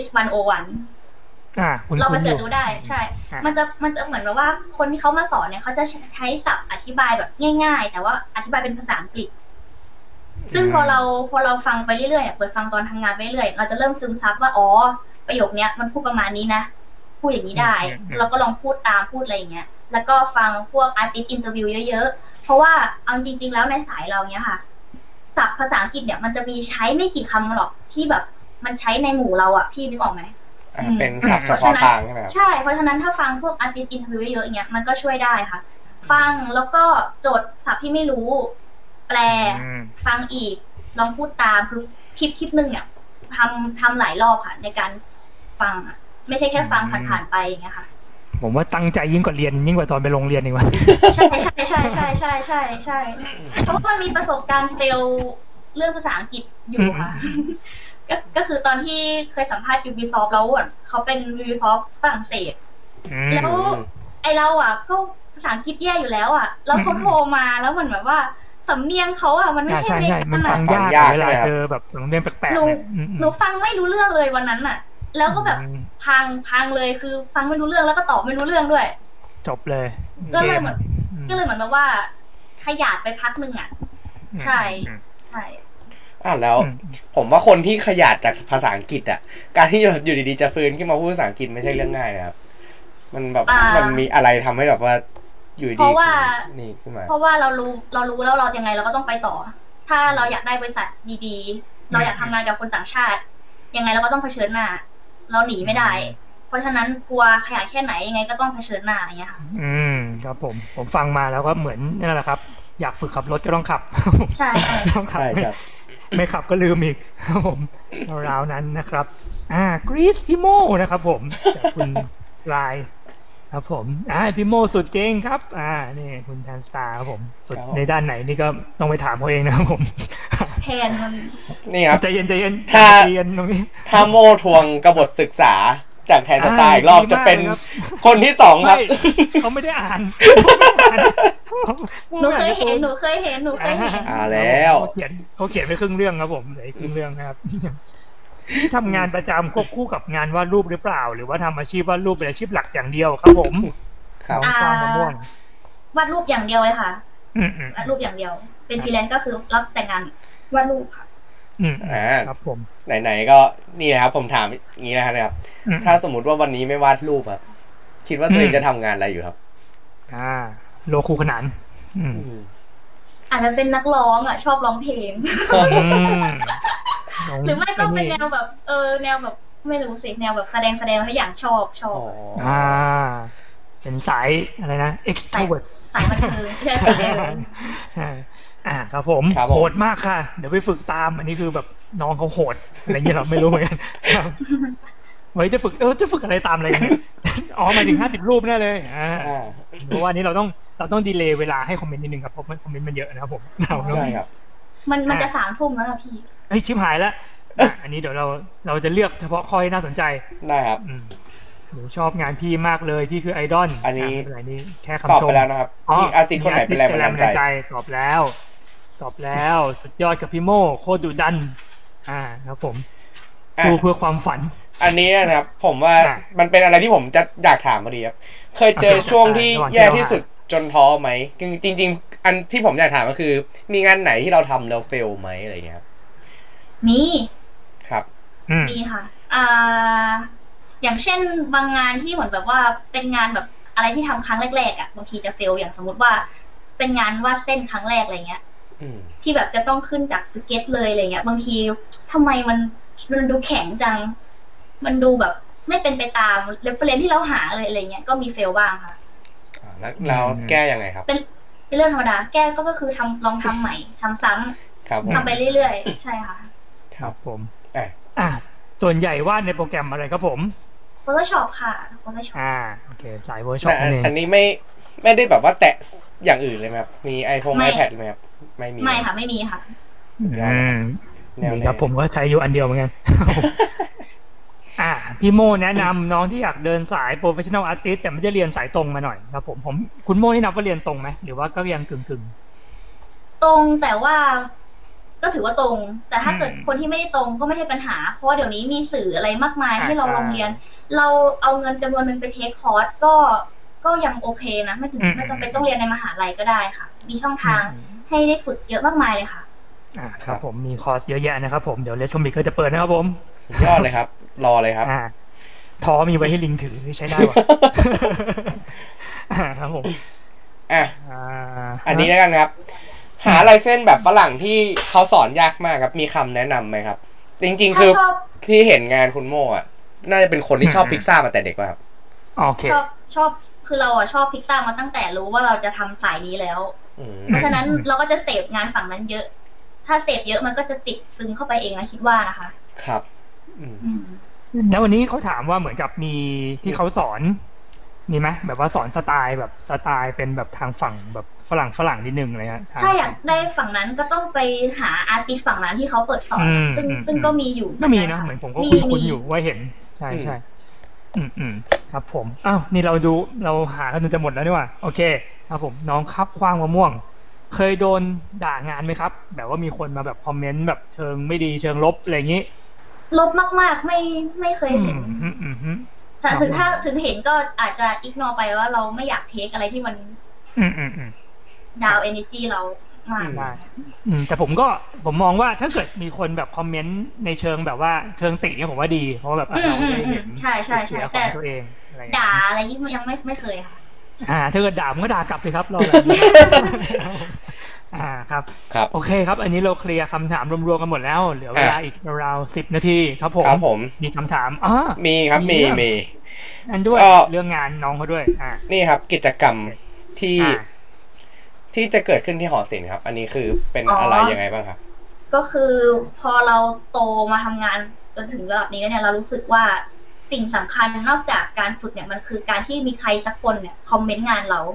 101เราไปเสิร์ชดูได้ใช่มันจะเหมือนแบบว่าคนที่เขามาสอนเนี่ยเขาจะใช้ศัพท์อธิบายแบบง่ายๆแต่ว่าอธิบายเป็นภาษาอังกฤษซึ่งพอเราฟังไปเรื่อยๆเปิดฟังตอนทำงานไปเรื่อยเราจะเริ่มซึมซับว่าอ๋อประโยคเนี้ยมันพูดประมาณนี้นะพูดอย่างนี้ได้เราก็ลองพูดตามพูดอะไรอย่างเงี้ยแล้วก็ฟังพวกอาร์ติสต์อินเตอร์วิวเยอะๆเพราะว่าเอาจริงๆแล้วในสายเราเนี้ยค่ะศัพท์ภาษาอังกฤษเนี่ยมันจะมีใช้ไม่กี่คำหรอกที่แบบมันใช้ในหมู่เราอ่ะพี่นึกออกไหมเป็นศัพท์เฉพาะทางใช่ไหมใช่เพราะฉะนั้นถ้าฟังพวกอาร์ติสต์อินเตอร์วิวเยอะๆอย่างเงี้ยมันก็ช่วยได้ค่ะฟังแล้วก็จดศัพท์ที่ไม่รู้แปลฟังอีกลองพูดตามคือคลิปนึงเนี่ยทำหลายรอบค่ะในการฟังอ่ะไม่ใช่แค่ฟังผ่านๆไปอย่างเงี้ยค่ะผมว่าตั้งใจยิ่งกว่าเรียนยิ่งกว่าตอนไปโรงเรียนอีกว่าใช่เพราะว่ามันมีประสบการณ์เฟลเรื่องภาษาอังกฤษอยู่ค่ะก็คือตอนที่เคยสัมภาษณ์ Ubisoft แล้วเขาเป็น Ubisoft ฝรั่งเศสแล้วไอเราอ่ะก็ภาษาอังกฤษแย่อยู่แล้วอ่ะแล้วเขาโทรมาแล้วเหมือนแบบว่าสำเนียงเขาอ่ะมันไม่ใช่เมกมันฟังยากเวลาเจอแบบสำเนียงแปลกๆหนูฟังไม่รู้เรื่องเลยวันนั้นอ่ะแล้วก็แบบพังเลยคือฟังไม่รู้เรื่องแล้วก็ตอบไม่รู้เรื่องด้วยจบเลยก็เลยเหมือนแบบว่าขยาดไปพักนึงอ่ะใช่แล้วผมว่าคนที่ขยาดจากภาษาอังกฤษอ่ะการที่อยู่ดีๆจะฟื้นขึ้นมาพูดภาษาอังกฤษไม่ใช่เรื่องง่ายนะครับมันแบบมันมีอะไรทำให้แบบว่าอยู่ดีนี่ขึ้นมาเพราะว่าเรารู้แล้วเรายังไงเราก็ต้องไปต่อถ้าเราอยากได้บริษัทดีๆเราอยากทำงานกับคนต่างชาติยังไงเราก็ต้องเผชิญหน้าเราหนีไม่ได้เพราะฉะนั้นกลัวขยายแค่ไหนยังไงก็ต้องเผชิญหน้าอย่างเงี้ยค่ะครับผมฟังมาแล้วก็เหมือนนั่นแหละครับอยากฝึกขับรถก็ต้องขับใช่ครับไม่ขับก็ลืมอีกครับผมราวนั้นนะครับกรีซพี่โมนะครับผมจากคุณลายครับผมพี่โมสุดเก่งครับนี่คุณแทนสตาร์ครับผมสุดในด้านไหนนี่ก็ต้องไปถามเขาเองนะครับผมแทนมันนี่ครับใจเย็นถ้าโมทวงกบฏศึกษาจากแทนสตาร์อีกรอบจะเป็นคนที่2ครับเขาไม่ได้อ่านหนูเคยเห็นแล้วเขาเขียนไปครึ่งเรื่องครับผมเหลือครึ่งเรื่องนะครับที่ทำงานประจำควบคู่กับงานวาดรูปหรือเปล่าหรือว่าทำอาชีพวาดรูปเป็นอาชีพหลักอย่างเดียวครับผมครับวาดรูปอย่างเดียวเลยค่ะวาดรูปอย่างเดียวเป็นฟรีแลนซ์ก็คือรับแต่งงานวาดรูปค่ะครับผมไหนๆก็นี่นะครับผมถามอย่างนี้นะครับถ้าสมมติว่าวันนี้ไม่วาดรูปอะคิดว่าตัวเองจะทำงานอะไรอยู่ครับโลคูขนานอาจจะเป็นนักร้องชอบร้องเพลงหรือไม่ก็เป็นแนวแบบแนวแบบไม่รู้สิแนวแบบแสดงทุกอย่างชอบเป็นสายอะไรนะ extrovert สายบันเทิงใช่ครับผมโหดมากค่ะเดี๋ยวไปฝึกตามอันนี้คือแบบน้องเขาโหดอะไรเงี้ยเราไม่รู้เหมือนกันไว้จะฝึกอะไรตามอะไรกันอ๋อหมายถึง50 รูปแน่เลยเพราะว่านี้เราต้องดีเลย์เวลาให้คอมเมนต์นิดนึงครับเพราะคอมเมนต์มันเยอะนะครับผมใช่ครับมันจะ3 ทุ่มแล้วพี่ชิบหายแล้วอันนี้เดี๋ยวเราจะเลือกเฉพาะข้อที่น่าสนใจได้ครับหนูชอบงานพี่มากเลยพี่คือไอดอลอันนี้แค่คำชมตอบไปแล้วนะครับที่อาร์ติสต์คนไหนเป็นแรงบันดาลใจตอบแล้วสุดยอดกับพี่โมโคตรดุดันครับผมดูเพื่อความฝันอันนี้นะครับผมว่ามันเป็นอะไรที่ผมจะอยากถามพอดีครับเคยเจอช่วงที่แย่ที่สุดจนท้อไหมจริงๆอันที่ผมอยากถามก็คือมีงานไหนที่เราทำแล้วเฟลไหมอะไรเงี้ยครับมีครับมีค่ะอย่างเช่นบางงานที่เหมือนแบบว่าเป็นงานแบบอะไรที่ทำครั้งแรกๆบางทีจะเฟลอย่างสมมติว่าเป็นงานวาดเส้นครั้งแรกอะไรเงี้ยที่แบบจะต้องขึ้นจากสเก็ตเลยอะไรเงี้ยบางทีทำไมมันดูแข็งจังมันดูแบบไม่เป็นไปตามเรฟเฟอเรนซ์ที่เราหาเลยอะไรเงี้ยก็มีเฟลบ้างค่ะแล้วแก้ยังไงครับเป็นเรื่องธรรมดาแก้ก็คือลองทำใหม่ทำซ้ำทำไปเรื่อยๆใช่ค่ะครับผมส่วนใหญ่วาดในโปรแกรมอะไรครับผม Photoshop ค่ะ Photoshop โอเคสาย Photoshop อันนี้ไม่ได้แบบว่าแตะอย่างอื่นเลยไหมครับมี iPad ไหมครับไม่ค่ะไม่มีค่ะนี่ครับผมก็ใช้อยู่อันเดียวเหมือนกันพี่โมแนะนำน้องที่อยากเดินสาย professional artist แต่ไม่ได้เรียนสายตรงมาหน่อยครับผมคุณโมนี่นับว่าเรียนตรงไหมหรือว่าก็ยังกึ่งตรงแต่ว่าก็ถือว่าตรงแต่ถ้าเกิดคนที่ไม่ได้ตรงก็ไม่ใช่ปัญหาเพราะว่าเดี๋ยวนี้มีสื่ออะไรมากมายให้เราลองเรียนเราเอาเงินจำนวนนึงไปเทคคอร์สก็ยังโอเคนะไม่จำเป็นต้องเรียนในมหาลัยก็ได้ค่ะมีช่องทางให้ได้ฝึกเยอะมากมายเลยค่ะครับผมมีคอร์สเยอะแยะนะครับผมเดี๋ยวเลชมิกก็จะเปิดนะครับผมสุดยอดเลยครับรอเลยครับท้อมีไว้ให้ลิงถือใช้ได้ว่ะครับผมอันนี้แล้วกันครับหาลายเส้นแบบฝรั่งที่เขาสอนยากมากครับมีคำแนะนำไหมครับจริงๆคือที่เห็นงานคุณโม่น่าจะเป็นคนที่ชอบพิกซ่ามาแต่เด็กป่ะครับชอบคือเราชอบพิกซ่ามาตั้งแต่รู้ว่าเราจะทำสายนี้แล้วเพราะฉะนั้นเราก็จะเสพงานฝั่งนั้นเยอะถ้าเสพเยอะมันก็จะติดซึมเข้าไปเองนะคิดว่านะคะครับแล้ววันนี้เขาถามว่าเหมือนกับมีที่เขาสอนมีไหมแบบว่าสอนสไตล์เป็นแบบทางฝั่งแบบฝรั่งนิดนึงเลยฮะถ้าอยากได้ฝั่งนั้นก็ต้องไปหาอาร์ติสต์ฝั่งนั้นที่เขาเปิดสอนซึ่งก็มีอยู่ก็มีนะเหมือนผมก็คุ้นอยู่ว่าเห็นใช่ครับผมนี่เราหากันจนจะหมดแล้วนี่ว่าโอเคครับผมน้องครับคว้างมะม่วงเคยโดนด่างานไหมครับแบบว่ามีคนมาแบบคอมเมนต์แบบเชิงไม่ดีเชิงลบอะไรอย่างนี้ลบมากๆไม่เคยเห็นถ้าถึงเห็นก็อาจจะอิกนอไปว่าเราไม่อยากเทคอะไรที่มันดาวเอเนจีเรามากแต่ผมมองว่าถ้าเกิดมีคนแบบคอมเมนต์ในเชิงแบบว่าเชิงติเนี่ยผมว่าดีเพราะว่าแบบเราได้เห็นใช่แต่ตัวเองด่าอะไรที่ยังไม่เคยค่ะถ้าเกิดด่ามันก็ด่ากลับเลยครับรออะไรครับโอเคครับอันนี้เราเคลียร์คำถามรวมๆกันหมดแล้วเหลือเวลาอีกราวๆ10 นาทีครับผมมีคำถามมีครับมีอันด้วยเรื่องงานน้องเขาด้วยนี่ครับกิจกรรมที่จะเกิดขึ้นที่หอศิลป์ครับอันนี้คือเป็นอะไรยังไงบ้างครับก็คือพอเราโตมาทำงานจนถึงระดับนี้เนี่ยเรารู้สึกว่าสิ่งสำคัญนอกจากการฝึกเนี่ยมันคือการที่มีใครสักคนเนี่ยคอมเมนต์งานเรา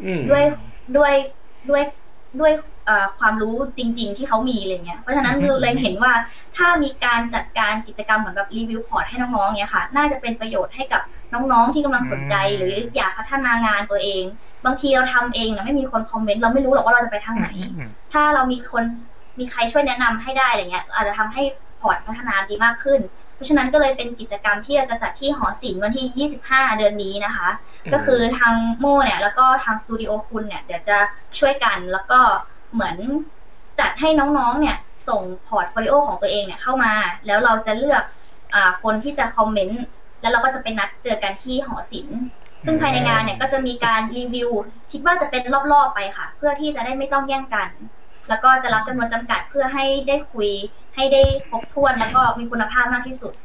ด้วยความรู้จริงๆที่เขามีอะไรเงี้ยเพราะฉะนั้นเลยเห็นว่าถ้ามีการจัดการกิจกรรมเหมือนแบบรีวิวพอร์ตให้น้องๆเนี้ยค่ะน่าจะเป็นประโยชน์ให้กับน้องๆที่กำลังสนใจหรืออยากพัฒนางานตัวเองบางทีเราทำเองนะไม่มีคนคอมเมนต์เราไม่รู้หรอกว่าเราจะไปทางไหนถ้าเรามีใครช่วยแนะนำให้ได้อะไรเงี้ยอาจจะทำให้พอร์ตพัฒนาดีมากขึ้นเพราะฉะนั้นก็เลยเป็นกิจกรรมที่จะจัดที่หอศิลป์วันที่25 เดือนนี้นะคะก็คือทางโม่เนี่ยแล้วก็ทางสตูดิโอคุณเนี่ยเดี๋ยวจะช่วยกันแล้วก็เหมือนจัดให้น้องๆเนี่ยส่งพอร์ตโฟลิโอของตัวเองเนี่ยเข้ามาแล้วเราจะเลือกคนที่จะคอมเมนต์แล้วเราก็จะไปนัดเจอกันที่หอศิลป์ซึ่งภายในงานเนี่ยก็จะมีการรีวิวคิดว่าจะเป็นรอบๆไปค่ะเพื่อที่จะได้ไม่ต้องแย่งกันแล้วก็จะรับจำนวนจำกัดเพื่อให้ได้คุยให้ได้ครบถ้วนแล้วก็มีคุณภาพมากที่สุดภ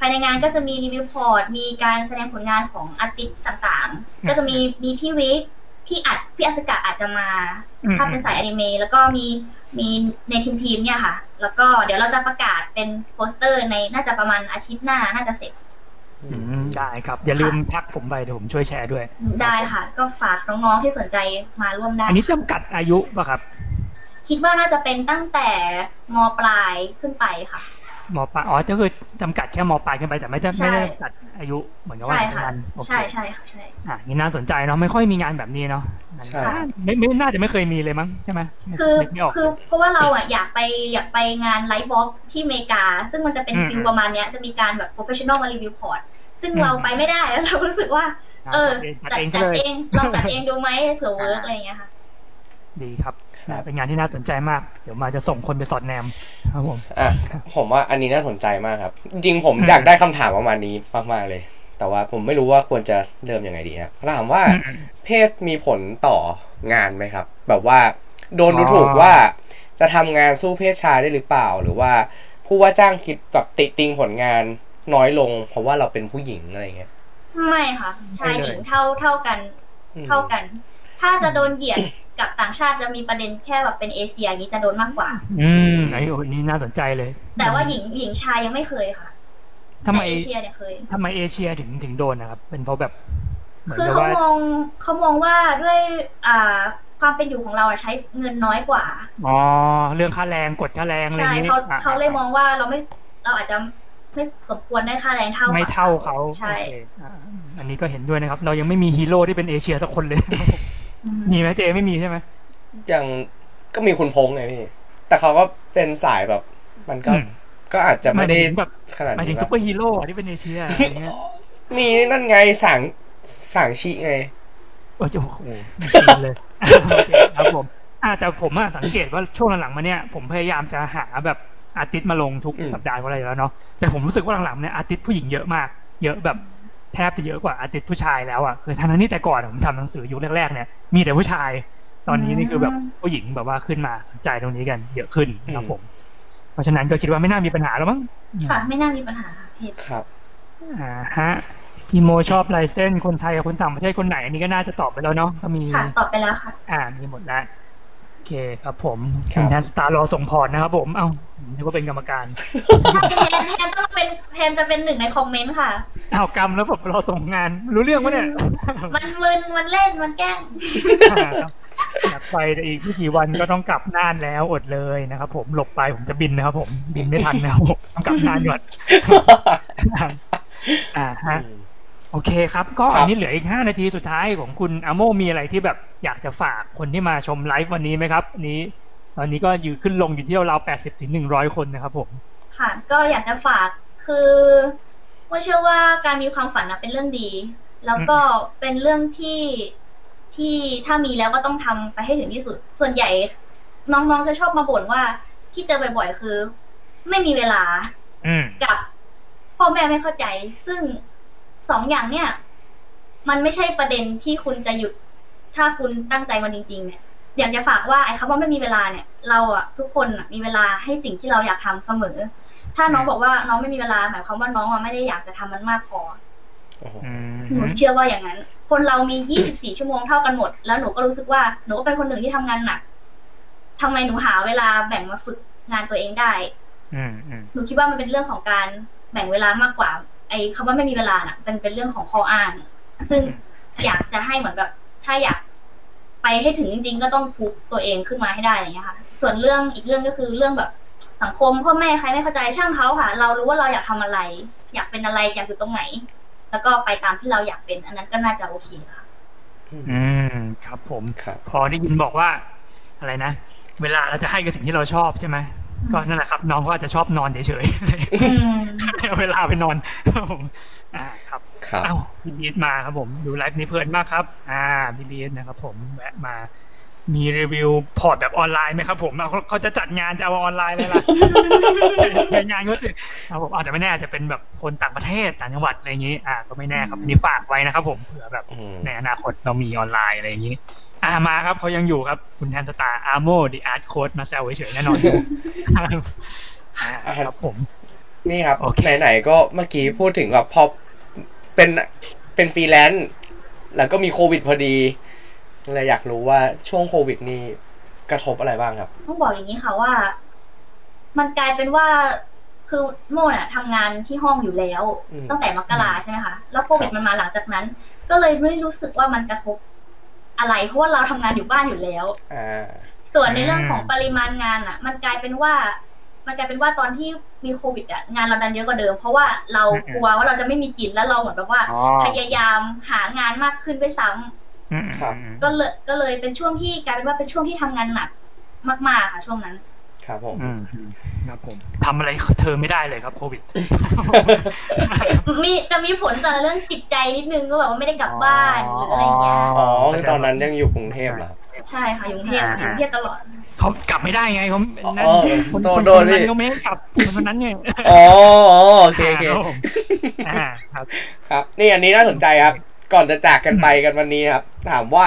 ายในงานก็จะมีรีวิวพอร์ตมีการแสดงผลงานของอาร์ติสต์ต่างๆก็จะมีพี่วิกพี่อัศกะอาจจะมาถ้าเป็นสายอนิเมะแล้วก็มีในทีมเนี่ยค่ะแล้วก็เดี๋ยวเราจะประกาศเป็นโปสเตอร์ในน่าจะประมาณอาทิตย์หน้าน่าจะเสร็จได้ครับอย่าลืมทักผมไปเดี๋ยวผมช่วยแชร์ด้วยได้ค่ะก็ฝากน้องๆที่สนใจมาร่วมได้อันนี้จำกัดอายุป่ะครับคิดว่าน่าจะเป็นตั้งแต่ม.ปลายขึ้นไปค่ะม.ปลายก็คือจำกัดแค่ม.ปลายขึ้นไปแต่ไม่ได้จำกัดอายุเหมือนกับว่าใช่ค่ะใช่นี่น่าสนใจเนาะไม่ค่อยมีงานแบบนี้เนาะไม่น่าจะไม่เคยมีเลยมั้งใช่ไหมคือเพราะว่าเราอยากไปงานไลฟ์บล็อกที่อเมริกาซึ่งมันจะเป็นฟิลประมาณนี้จะมีการแบบโปรเฟชชั่นอลมารีวิวพอร์ตซึ่งเราไปไม่ได้แล้วเรารู้สึกว่าจัดเองเราจัดเองดูไหมเผื่อเวิร์กอะไรอย่างเงี้ยค่ะดีครับเป็นงานที่น่าสนใจมากเดี๋ยวมาจะส่งคนไปสอดแนมครับผมว่าอันนี้น่าสนใจมากครับจริงผมอยากได้คำถามประมาณนี้มากๆเลยแต่ว่าผมไม่รู้ว่าควรจะเริ่มยังไงดีครับถามว่าเพศมีผลต่องานไหมครับแบบว่าโดนดูถูกว่าจะทำงานสู้เพศชายได้หรือเปล่าหรือว่าผู้ว่าจ้างคิดแบบติติงผลงานน้อยลงเพราะว่าเราเป็นผู้หญิงอะไรเงี้ยไม่ค่ะชายหญิงเท่ากันถ้าจะโดนเหยียดกับต่างชาติจะมีประเด็นแค่แบบเป็นเอเชียนี้จะโดนมากกว่าไอ้นี่น่าสนใจเลยแต่ว่าหญิงชายยังไม่เคยค่ะทำไมเอเชียเนี่ยเคยทำไมเอเชียถึงโดนนะครับเป็นเพราะแบบคือเขามองว่าด้วยความเป็นอยู่ของเราใช้เงินน้อยกว่าเรื่องค่าแรงกดค่าแรงอะไรอย่างนี้เขาเลยมองว่าเราอาจจะไม่สมควรได้ค่าแรงไม่เท่าเขาใช่อันนี้ก็เห็นด้วยนะครับเรายังไม่มีฮีโร่ที่เป็นเอเชียสักคนเลยมีไหมเจไม่มีใช่ไหมยังก็มีคุณพงษ์ไงพี่แต่เขาก็เป็นสายแบบมันก็อาจจะไม่ได้แบบขนาดนี้หมายถึงซุปเปอร์ฮีโร่ที่เป็นเอเชียอะไรเงี้ยมีนั่นไงสั่งชีไงโอ้โหเลยครับผมแต่ผมสังเกตว่าช่วงหลังๆมาเนี่ยผมพยายามจะหาแบบอาร์ติสต์มาลงทุกสัปดาห์อะไรแล้วเนาะแต่ผมรู้สึกว่าหลังๆเนี่ยอาร์ติสต์ผู้หญิงเยอะมากเยอะแบบแทบจะเยอะกว่าอาร์ติสต์ผู้ชายแล้วคือทั้งนี้แต่ก่อนผมทำหนังสือยุคแรกๆเนี่ยมีแต่ผู้ชายตอนนี้นี่คือแบบผู้หญิงแบบว่าขึ้นมาสนใจตรงนี้กันเยอะขึ้นครับผมเพราะฉะนั้นก็คิดว่าไม่น่ามีปัญหาแล้วมั้งค่ะไม่น่ามีปัญหาครับฮะพี่โมชอบลายเส้นคนไทยกับคนต่างประเทศคนไหนอันนี้ก็น่าจะตอบไปแล้วเนาะก็มีค่ะตอบไปแล้วค่ะมีหมดแล้วโอเคครับผมคุณแทนสตาร์รอส่งพอร์ตนะครับผมนึกว่าเป็นกรรมการแทนต้องเป็นแทนจะเป็นหนึ่งในคอมเมนต์ค่ะกรรมแล้วผมรอส่งงานรู้เรื่องวะเนี่ยมันมึนมันเล่นมันแกล้งอยากไปแต่อีกไม่กี่วันก็ต้องกลับน่านแล้วอดเลยนะครับผมหลบไปผมจะบินนะครับผมบินไม่ทันแล้วต้องกลับน่านก่อนฮะโอเคครับก็อันนี้เหลืออีก5 นาทีสุดท้ายของคุณอาโมมีอะไรที่แบบอยากจะฝากคนที่มาชมไลฟ์วันนี้ไหมครับนี้ตอนนี้ก็อยู่ขึ้นลงอยู่ที่ราว80 ถึง 100 คนนะครับผมค่ะก็อยากจะฝากคือว่าเชื่อว่าการมีความฝันเป็นเรื่องดีแล้วก็เป็นเรื่องที่ถ้ามีแล้วก็ต้องทำไปให้ถึงที่สุดส่วนใหญ่น้องๆจะชอบมาบ่นว่าที่เจอบ่อยๆคือไม่มีเวลากับพ่อแม่ไม่เข้าใจซึ่ง2 อย่างเนี่ยมันไม่ใช่ประเด็นที่คุณจะหยุดถ้าคุณตั้งใจมันจริงๆเนี่ยอยากจะฝากว่าไอ้คำว่าไม่มีเวลาเนี่ยเราทุกคนมีเวลาให้สิ่งที่เราอยากทำเสมอถ้าน้องบอกว่าน้องไม่มีเวลาหมายความว่าน้องไม่ได้อยากจะทำมันมากพอหนูเชื่อว่าอย่างนั้นคนเรามี24 ชั่วโมงเท่ากันหมดแล้วหนูก็รู้สึกว่าหนูก็เป็นคนหนึ่งที่ทำงานหนักทำไมหนูหาเวลาแบ่งมาฝึกงานตัวเองได้หนูคิดว่ามันเป็นเรื่องของการแบ่งเวลามากกว่าไอ้คำว่าไม่มีเวลาน่ะเป็นเรื่องของข้ออ้างซึ่งอยากจะให้เหมือนแบบถ้าอยากไปให้ถึงจริงๆก็ต้องพุชตัวเองขึ้นมาให้ได้อะไรอย่างเงี้ยค่ะส่วนเรื่องอีกเรื่องก็คือเรื่องแบบสังคมพ่อแม่ใครไม่เข้าใจช่างเขาค่ะเรารู้ว่าเราอยากทำอะไรอยากเป็นอะไรอยากอยู่ตรงไหนแล้วก็ไปตามที่เราอยากเป็นอันนั้นก็น่าจะโอเคค่ะครับผมพอได้ยินบอกว่าอะไรนะเวลาเราจะให้กับสิ่งที่เราชอบใช่ไหมก็นั่นแหละครับน้องก็อาจจะชอบนอนเฉยๆเอาเวลาไปนอนครับพี่บีทมาครับผมดูไลฟ์นี้เพลินมากครับพี่บีทนะครับผมแวะมามีรีวิวพอร์ตแบบออนไลน์ไหมครับผมเขาจะจัดงานจะเอาออนไลน์เลยล่ะงานก็คือผมอาจจะไม่แน่จะเป็นแบบคนต่างประเทศต่างจังหวัดอะไรอย่างนี้ก็ไม่แน่ครับนี่ฝากไว้นะครับผมเผื่อแบบในอนาคตเรามีออนไลน์อะไรอย่างนี้มาครับเขายังอยู่ครับคุณแทนสตาร์อาร์โมดิอาร์ตโค้ดมาแซวเฉยๆแน่นอนครับผมนี่ครับไหนๆก็เมื่อกี้พูดถึงแบบพอเป็นฟรีแลนซ์แล้วก็มีโควิดพอดีเลยอยากรู้ว่าช่วงโควิดนี่กระทบอะไรบ้างครับต้องบอกอย่างนี้ค่ะว่ามันกลายเป็นว่าคือโมน่ะทำงานที่ห้องอยู่แล้วตั้งแต่มกราใช่ไหมคะแล้วโควิดมันมาหลังจากนั้นก็เลยไม่รู้สึกว่ามันกระทบอะไรเพราะว่าเราทำงานอยู่บ้านอยู่แล้วส่วนในเรื่องของปริมาณงานอ่ะมันกลายเป็นว่าตอนที่มีโควิดอ่ะงานเราดันเยอะกว่าเดิมเพราะว่าเรากลัวว่าเราจะไม่มีกินแล้วเราเหมือนแบบว่าพยายามหางานมากขึ้นด้วยซ้ำก็เลยเป็นช่วงที่กลายเป็นว่าเป็นช่วงที่ทำงานหนักมากๆค่ะช่วงนั้นครับผมครับผมทำอะไรเธอไม่ได้เลยครับโควิดมีผลต่อเรื่องจิตใจนิดนึงก็แบบว่าไม่ได้กลับบ้านหรืออะไรเงี้ยตอนนั้นยังอยู่กรุงเทพเหรอใช่ค่ะอยู่กรุงเทพตลอดเขากลับไม่ได้ไงเขาคนนั้นเขาไม่ให้กลับคนนั้นไงโอเคครับนี่อันนี้น่าสนใจครับก่อนจะจากกันไปกันวันนี้ครับถามว่า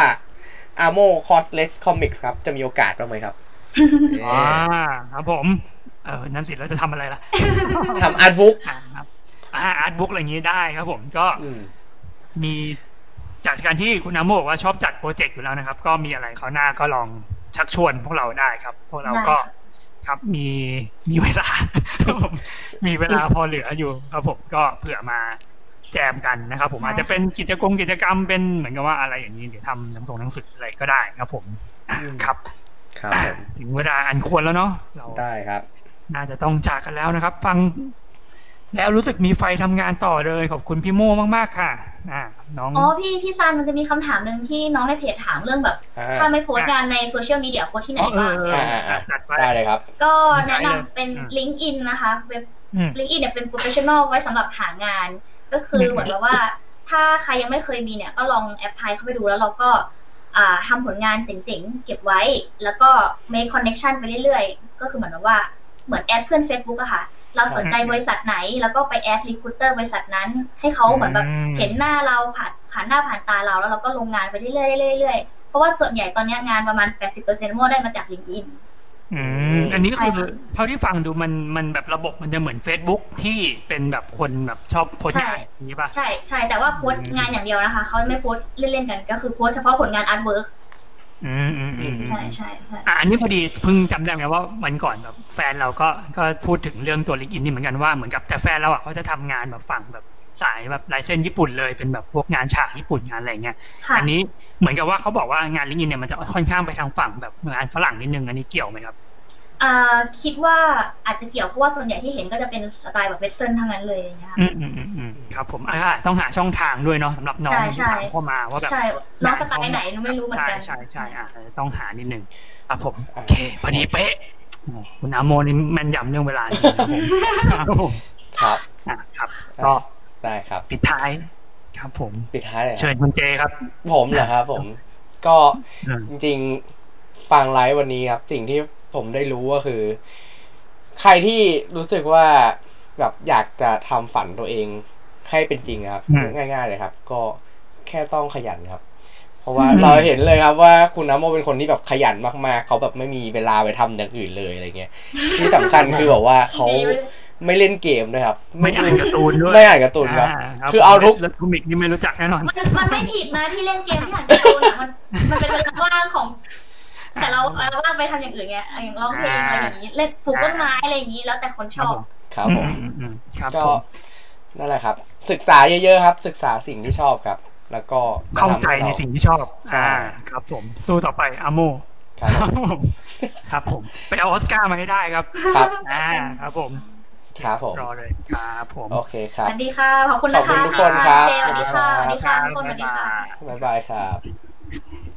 Amo Costless Comics ครับจะมีโอกาสบ้างไหมครับครับผมนั่นสิเราจะทำอะไรล่ะทำอาร์ตบุ๊กอาร์ตบุ๊กอะไรอย่างนี้ได้ครับผมก็มีจากการที่คุณน้ำโมบอกว่าชอบจัดโปรเจกต์อยู่แล้วนะครับก็มีอะไรเขาหน้าก็ลองชักชวนพวกเราได้ครับพวกเราก็ครับมีเวลามีเวลาพอเหลืออยู่ครับผมก็เผื่อมาแจมกันนะครับผมอาจจะเป็นกิจกรรมเป็นเหมือนกับว่าอะไรอย่างนี้เดี๋ยวทำหนังสืออะไรก็ได้ครับผมครับถึงเวลาอันควรแล้วเนาะเราได้ครับน่าจะต้องจากกันแล้วนะครับฟังแล้วรู้สึกมีไฟทำงานต่อเลยขอบคุณพี่โม่มากๆค่ะน้องพี่ซันมันจะมีคำถามหนึ่งที่น้องในเพจถามเรื่องแบบถ้าไม่โพสต์งานในโซเชียลมีเดียโพสที่ไหนบ้างได้เลยครับก็แนะนำเป็น LinkedIn นะคะเว็บ LinkedIn เนี่ยเป็น professional ไว้สำหรับหางานก็คือเหมือนแบบว่าถ้าใครยังไม่เคยมีเนี่ยก็ลองแอปพลายเข้าไปดูแล้วเราก็ทำผลงานเจ๋งๆเก็บไว้แล้วก็ make connection ไปเรื่อยๆก็คือเหมือนว่าเหมือนแอดเพื่อน Facebook อะค่ะเราสนใจบริษัทไหนแล้วก็ไปแอด recruiter บริษัทนั้นให้เขาเหมือนแบบเห็นหน้าเราผ่านหน้าผ่านตาเราแล้วเราก็ลงงานไปเรื่อยๆเพราะว่าส่วนใหญ่ตอนนี้งานประมาณ 80% มั่วได้มาจาก LinkedIn อันนี้คือเท่าที่ฟังดูมันแบบระบบมันจะเหมือน Facebook ที่เป็นแบบคนแบบชอบโพสต์งานอย่างนี้ป่ะใช่แต่ว่าโพสต์งานอย่างเดียวนะคะเขาไม่โพสต์เล่นๆกันก็คือโพสต์เฉพาะผลงานอาร์ตเวิร์กใช่อันนี้พอดีเพิ่งจำได้ไงว่าวันก่อนแบบแฟนเราก็พูดถึงเรื่องตัวลิงก์อินนี่เหมือนกันว่าเหมือนกับแต่แฟนเราเขาจะทำงานแบบฝั่งแบบสายแบบลายเส้นญี่ปุ่นเลยเป็นแบบพวกงานฉากญี่ปุ่นงานอะไรเงี้ยอันนี้เหมือนกับว่าเขาบอกว่างานลิงก์อินเนี่ยมันจะค่อนข้างไปทางฝั่งแบบงานฝรั่งนิดนึงอันนี้เกี่ยวไหมครับคิดว่าอาจจะเกี่ยวเพราะว่าส่วนใหญ่ที่เห็นก็จะเป็นสไตล์แบบเวสเทิร์นทั้งนั้นเลยอย่างเงี้ยครับผมต้องหาช่องทางด้วยเนาะสำหรับน้องที่เข้ามาว่าแบบน้องสไตล์ไหนไม่รู้เหมือนกันใช่ต้องหานิดนึงครับผมโอเคพอดีเป๊ะคุณอาโมนี่แม่นยำเรื่องเวลาครับผมครับก็ได้ครับปิดท้ายครับผมปิดท้ายเลยเชิญคุณเจครับผมเหรอครับผมก็จริงๆฟังไลฟ์วันนี้ครับสิ่งที่ผมได้รู้ก็คือใครที่รู้สึกว่าแบบอยากจะทำฝันตัวเองให้เป็นจริงครับง่ายๆเลยครับก็แค่ต้องขยันครับเพราะว่าเราเห็นเลยครับว่าคุณน้ำโมเป็นคนที่แบบขยันมากๆเขาแบบไม่มีเวลาไปทำอย่างอื่นเลยอะไรเงี้ยที่สำคัญคือแบบว่าเขาไม่เล่นเกมด้วยครับไม่อ่านการ์ตูนด้วยไม่อ่านการ์ตูนครับคือเอาทุกคอมิกนี่ไม่รู้จักแน่นอนมันไม่ผิดนะที่เล่นเกมที่อ่านการ์ตูนมันเป็นเวลาว่างของแต่เราว่างไปทำอย่างอื่นไงอย่างร้องเพลงอะไรอย่างนี้เล่นปลูกต้นไม้อะไรอย่างนี้แล้วแต่คนชอบครับผมก็นั่นแหละครับศึกษาเยอะๆครับศึกษาสิ่งที่ชอบครับแล้วก็เข้าใจในสิ่งที่ชอบครับผมสู้ต่อไปอาโมครับผมไปเอาออสการ์มาให้ได้ครับครับครับผมรอเลยครับผมโอเคครับสวัสดีค่ะขอบคุณนะคะขอบคุณทุกคนครับสวัสดีค่ะทุกคนสวัสดีค่ะบ๊ายบายครับ